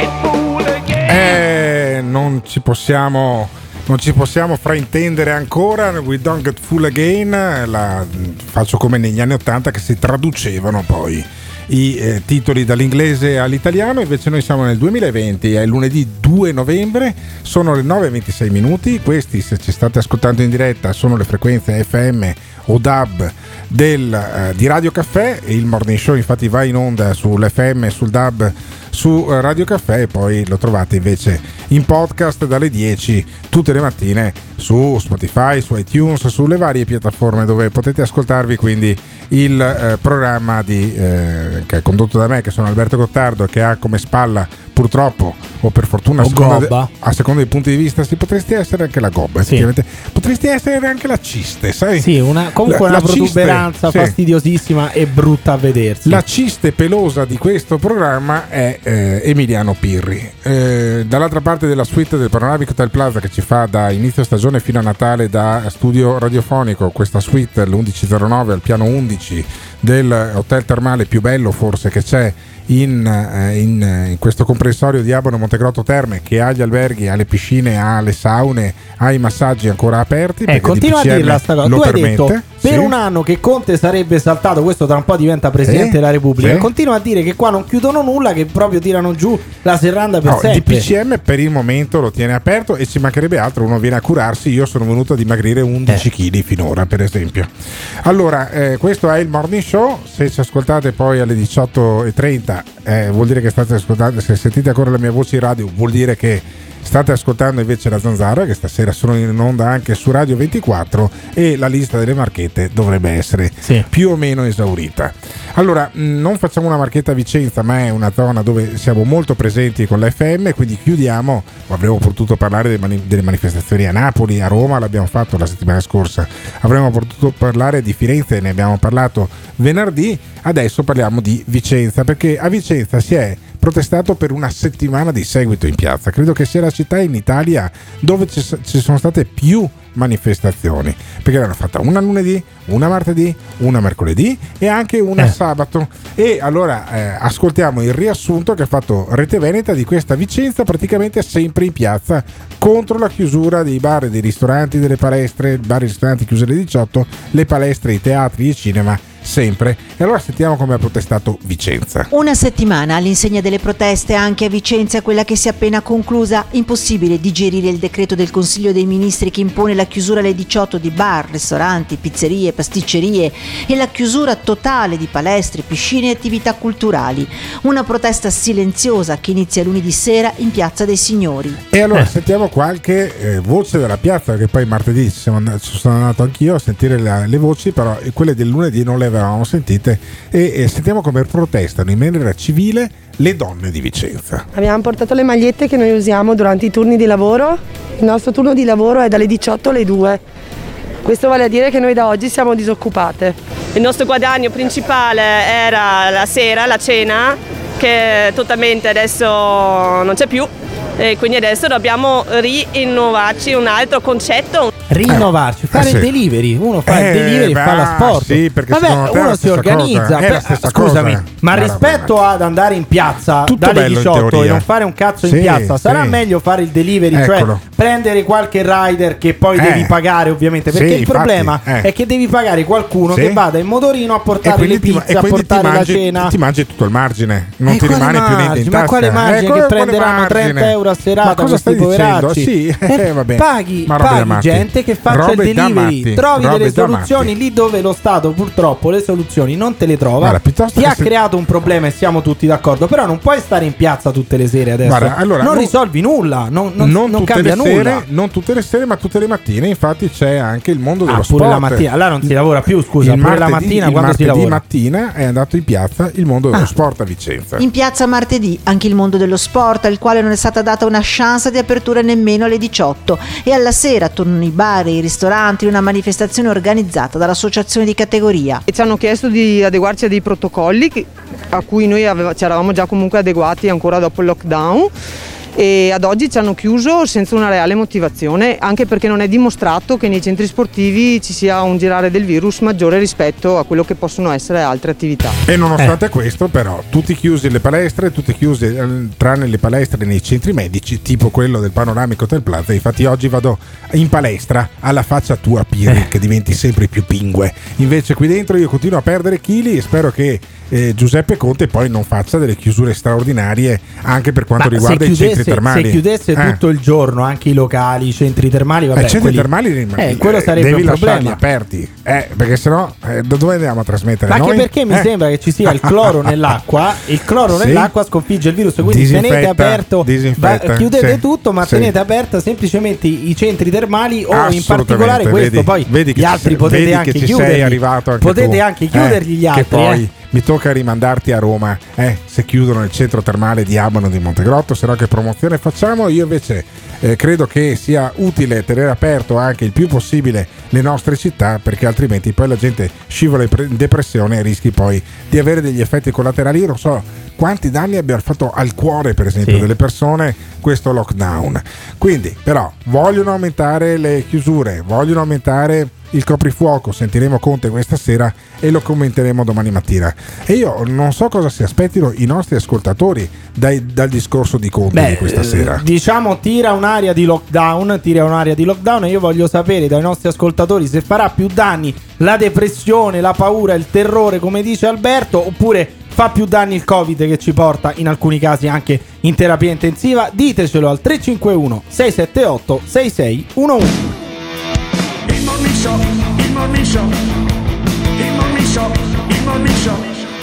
Eh, non ci possiamo non ci possiamo fraintendere ancora. We don't get full again. La faccio come negli anni ottanta che si traducevano poi i eh, titoli dall'inglese all'italiano. Invece noi siamo nel duemilaventi, è lunedì due novembre, sono le nove e ventisei minuti. Questi, se ci state ascoltando in diretta, sono le frequenze F M o D A B del, eh, di Radio Caffè. Il morning show infatti va in onda sull'F M e sul D A B su eh, Radio Caffè, e poi lo trovate invece in podcast dalle dieci tutte le mattine su Spotify, su iTunes, sulle varie piattaforme dove potete ascoltarvi quindi il eh, programma di, eh, che è condotto da me, che sono Alberto Gottardo, che ha come spalla, purtroppo o per fortuna, a seconda, de, a seconda dei punti di vista, si potresti essere anche la gobba, sì. Potresti essere anche la ciste, sai? Sì, una, comunque la, una la protuberanza ciste, fastidiosissima sì. e brutta a vedersi. La ciste pelosa di questo programma è eh, Emiliano Pirri. Eh, dall'altra parte della suite del Panoramic Hotel Plaza, che ci fa da inizio stagione fino a Natale da studio radiofonico, questa suite l'undici zero nove al piano undici del hotel termale più bello forse che c'è In, in, in questo comprensorio di Abano Montegrotto Terme, che ha gli alberghi, ha le piscine, ha le saune, ha i massaggi ancora aperti. Eh, continua a dirla sta cosa. Tu hai detto per sì. un anno che Conte sarebbe saltato, questo tra un po' diventa presidente sì. della Repubblica. Sì. Continua a dire che qua non chiudono nulla, che proprio tirano giù la serranda per no, sempre. Il D P C M per il momento lo tiene aperto e ci mancherebbe altro, uno viene a curarsi. Io sono venuto a dimagrire undici chili eh. finora, per esempio. Allora, eh, questo è il Morning Show. Se ci ascoltate poi alle diciotto e trenta, Eh, vuol dire che state ascoltando, se sentite ancora la mia voce in radio vuol dire che state ascoltando invece la Zanzara, che stasera sono in onda anche su Radio ventiquattro, e la lista delle marchette dovrebbe essere sì. più o meno esaurita. Allora, non facciamo una marchetta a Vicenza, ma è una zona dove siamo molto presenti con l'F M, quindi chiudiamo. Avremmo potuto parlare delle, mani- delle manifestazioni a Napoli, a Roma, l'abbiamo fatto la settimana scorsa, avremmo potuto parlare di Firenze, ne abbiamo parlato venerdì. Adesso parliamo di Vicenza, perché a Vicenza si è protestato per una settimana di seguito in piazza. Credo che sia la città in Italia dove ci, ci sono state più manifestazioni, perché l'hanno fatta una lunedì, una martedì, una mercoledì e anche una eh. sabato. E allora eh, ascoltiamo il riassunto che ha fatto Rete Veneta di questa Vicenza, praticamente sempre in piazza contro la chiusura dei bar, dei ristoranti, delle palestre, bar e ristoranti chiusi alle diciotto, le palestre, i teatri, i cinema sempre. E allora sentiamo come ha protestato Vicenza. Una settimana all'insegna delle proteste anche a Vicenza, quella che si è appena conclusa. Impossibile digerire il decreto del Consiglio dei Ministri che impone la chiusura alle diciotto di bar, ristoranti, pizzerie, pasticcerie e la chiusura totale di palestre, piscine e attività culturali. Una protesta silenziosa che inizia lunedì sera in Piazza dei Signori. E allora sentiamo qualche eh, voce della piazza, che poi martedì ci sono andato, ci sono andato anch'io a sentire la, le voci, però quelle del lunedì non le avevamo sentite, e, e sentiamo come protestano in maniera civile le donne di Vicenza. Abbiamo portato le magliette che noi usiamo durante i turni di lavoro. Il nostro turno di lavoro è dalle diciotto alle due. Questo vale a dire che noi da oggi siamo disoccupate. Il nostro guadagno principale era la sera, la cena, che totalmente adesso non c'è più, e quindi adesso dobbiamo rinnovarci un altro concetto. Rinnovarci, fare eh, il sì. delivery. Uno fa eh, il delivery, beh, fa l'asporto. Sì, perché vabbè, uno si organizza. Per, scusami, cosa. ma no, rispetto vabbè, ad andare in piazza tutto dalle diciotto e non fare un cazzo sì, in piazza, sarà sì. meglio fare il delivery, Eccolo. cioè prendere qualche rider che poi eh. devi pagare, ovviamente. Perché sì, il infatti, problema eh. è che devi pagare qualcuno sì. che vada in motorino a portare le pizze, a portare mangi, la cena. Ti mangi tutto il margine, non eh, ti rimane margine? più niente in tasca. Ma quale margine? Eh, che prenderanno trenta euro a serata? Ma cosa stai dicendo? Sì, eh, vabbè. Paghi, paghi gente che faccia robe il delivery, trovi robe delle soluzioni lì dove lo Stato purtroppo le soluzioni non te le trova. Guarda, ti ha se... creato un problema e siamo tutti d'accordo, però non puoi stare in piazza tutte le sere adesso. Guarda, allora, non, non risolvi nulla, non, non, non, non cambia nulla. sere, non tutte le sere, ma tutte le mattine. Infatti c'è anche il mondo dello ah, sport. Pure la mattina. Allora non si lavora più, scusa. Il pure martedì, la mattina il quando si lavora. mattina è andato in piazza il mondo dello Ah. sport a Vicenza. In piazza martedì anche il mondo dello sport, al quale non è stata data una chance di apertura nemmeno alle diciotto, e alla sera tornano i bar e i ristoranti, una manifestazione organizzata dall'associazione di categoria. E ci hanno chiesto di adeguarci a dei protocolli che- a cui noi aveva- ci eravamo già comunque adeguati ancora dopo il lockdown, e ad oggi ci hanno chiuso senza una reale motivazione, anche perché non è dimostrato che nei centri sportivi ci sia un girare del virus maggiore rispetto a quello che possono essere altre attività. E nonostante eh. questo, però, tutti chiusi le palestre, tutti chiusi eh, tranne le palestre nei centri medici, tipo quello del Panoramico Hotel Plaza. Infatti oggi vado in palestra alla faccia tua, Pirri, eh. che diventi sempre più pingue. Invece qui dentro io continuo a perdere chili e spero che eh, Giuseppe Conte poi non faccia delle chiusure straordinarie anche per quanto Ma riguarda i centri se, termali. se chiudesse eh. tutto il giorno anche i locali, i centri termali, vabbè, eh, i centri quelli, termali eh, quello sarebbe devi un lasciarli problema aperti, eh, perché sennò eh, da dove andiamo a trasmettere? Ma anche noi? perché mi eh. sembra che ci sia il cloro nell'acqua, il cloro Sì. nell'acqua sconfigge il virus, quindi Disinfetta, tenete aperto, disinfetta, ba- chiudete sì. tutto, ma Sì. tenete aperta semplicemente i centri termali, o in Assolutamente, particolare questo, vedi, poi vedi gli che altri ci- potete vedi anche che ci chiuderli, sei arrivato anche potete tu. anche chiudergli Eh, gli altri, che poi eh. mi tocca rimandarti a Roma, eh, se chiudono il centro termale di Abano di Montegrotto, se no che promozione facciamo? Io invece eh, credo che sia utile tenere aperto anche il più possibile le nostre città, perché altrimenti poi la gente scivola in depressione e rischi poi di avere degli effetti collaterali. Io non so quanti danni abbia fatto al cuore, per esempio, Sì. delle persone questo lockdown. Quindi però vogliono aumentare le chiusure, vogliono aumentare il coprifuoco. Sentiremo Conte questa sera e lo commenteremo domani mattina, e io non so cosa si aspettino i nostri ascoltatori dai, dal discorso di Conte Beh, di questa sera. eh, diciamo tira un'area di lockdown, tira un'area di lockdown e io voglio sapere dai nostri ascoltatori se farà più danni la depressione, la paura, il terrore, come dice Alberto, oppure fa più danni il Covid, che ci porta in alcuni casi anche in terapia intensiva. Ditecelo al tre cinque uno sei sette otto sei sei uno uno. Il Morning Show, il Morning Show, il Morning Show, il Morning Show.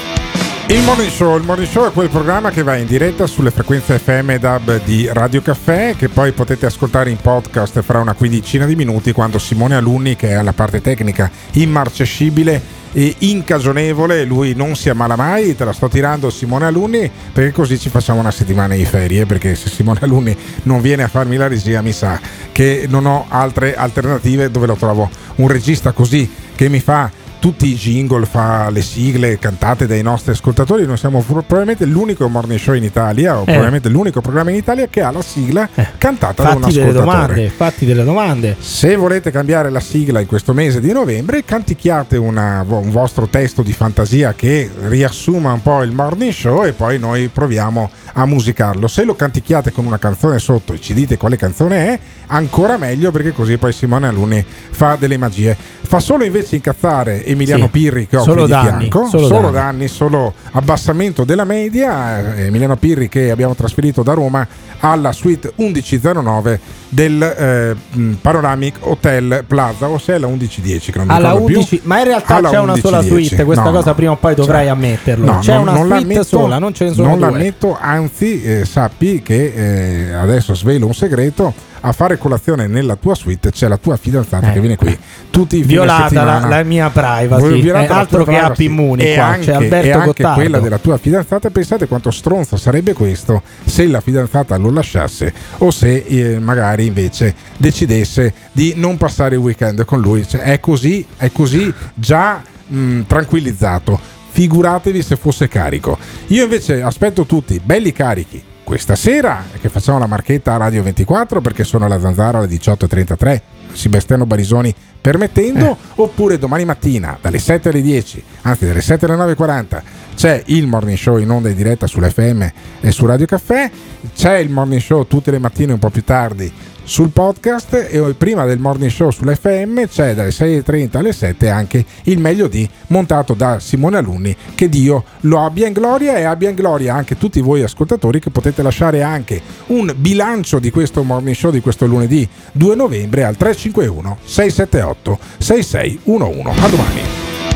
Il Morning Show, il Morning Show è quel programma che va in diretta sulle frequenze F M e D A B di Radio Caffè, che poi potete ascoltare in podcast fra una quindicina di minuti, quando Simone Alunni, che è alla parte tecnica immarcescibile e incagionevole, lui non si ammala mai, te la sto tirando Simone Alunni, perché così ci facciamo una settimana di ferie, perché se Simone Alunni non viene a farmi la regia mi sa che non ho altre alternative. Dove lo trovo un regista così che mi fa tutti i jingle, fa le sigle cantate dai nostri ascoltatori? Noi siamo probabilmente l'unico morning show in Italia, o Eh. probabilmente l'unico programma in Italia che ha la sigla Eh. cantata da un Fatti delle ascoltatore. domande, fatti delle domande. Se volete cambiare la sigla in questo mese di novembre, canticchiate una, un vostro testo di fantasia che riassuma un po' il morning show e poi noi proviamo a musicarlo. Se lo canticchiate con una canzone sotto e ci dite quale canzone è, ancora meglio, perché così poi Simone Alunni fa delle magie. Fa solo invece incazzare Emiliano Sì, Pirri, che ho solo qui di danni, fianco, solo solo danni. danni, solo abbassamento della media. Eh, Emiliano Pirri, che abbiamo trasferito da Roma alla suite millecentonove del eh, Panoramic Hotel Plaza, o se è la undici dieci, che non mi Alla ricordo undici, più. ma in realtà Alla c'è una sola undici dieci. suite, questa No, cosa no. prima o poi dovrai Cioè, ammetterlo. no, c'è non- una non suite l'ammetto, sola, non ce ne sono non due. l'ammetto, anzi eh, sappi che eh, adesso svelo un segreto: a fare colazione nella tua suite c'è la tua fidanzata Eh. che viene qui tutti i fine Violata settimana. la, la mia privacy, Violata è la altro tua che privacy. app immuni e qua, anche, c'è Alberto e anche Gottardo. quella della tua fidanzata. Pensate quanto stronzo sarebbe questo se la fidanzata lo lasciasse, o se eh, magari invece decidesse di non passare il weekend con lui. Cioè, è così, è così già mh, tranquillizzato. Figuratevi se fosse carico. Io invece aspetto tutti belli carichi questa sera, che facciamo la marchetta a Radio ventiquattro, perché sono alla Zanzara alle diciotto e trentatré, Sebastiano Barisoni permettendo, eh. oppure domani mattina dalle sette alle dieci, anzi dalle sette alle nove e quaranta, c'è il morning show in onda in diretta sull'F M e su Radio Caffè. C'è il morning show tutte le mattine un po' più tardi sul podcast, e prima del morning show sull'F M c'è dalle sei e trenta alle sette anche il meglio di, montato da Simone Alunni, che Dio lo abbia in gloria, e abbia in gloria anche tutti voi ascoltatori, che potete lasciare anche un bilancio di questo morning show di questo lunedì due novembre al tre cinque uno sei sette otto sei sei uno uno. A domani.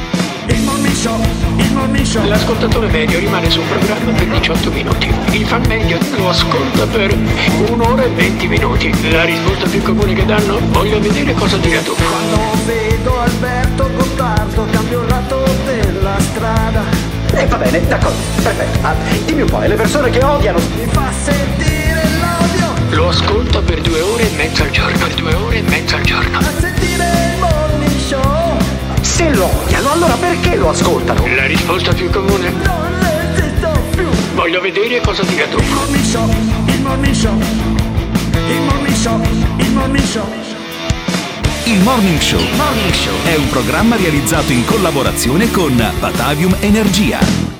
il Morning Show, il Morning Show. L'ascoltatore medio rimane sul programma per diciotto minuti. Il fan medio lo ascolta per un'ora e venti minuti. La risposta più comune che danno? Voglio vedere cosa dirà tu. Quando vedo Alberto Gottardo cambio il lato della strada. E eh, va bene, d'accordo, perfetto. Ah, dimmi un po', le persone che odiano mi fa sentire l'odio. Lo ascolta per due ore e mezza al giorno. Per due ore e mezza al giorno. A sentire il Morning Show. Se lo odiano, allora perché lo ascoltano? La risposta più comune? Non esisto più. Voglio vedere cosa dirà tu. Il Morning Show, il Morning Show, il Morning Show, il Morning Show. Il Morning Show. Il Morning Show è un programma realizzato in collaborazione con Batavium Energia.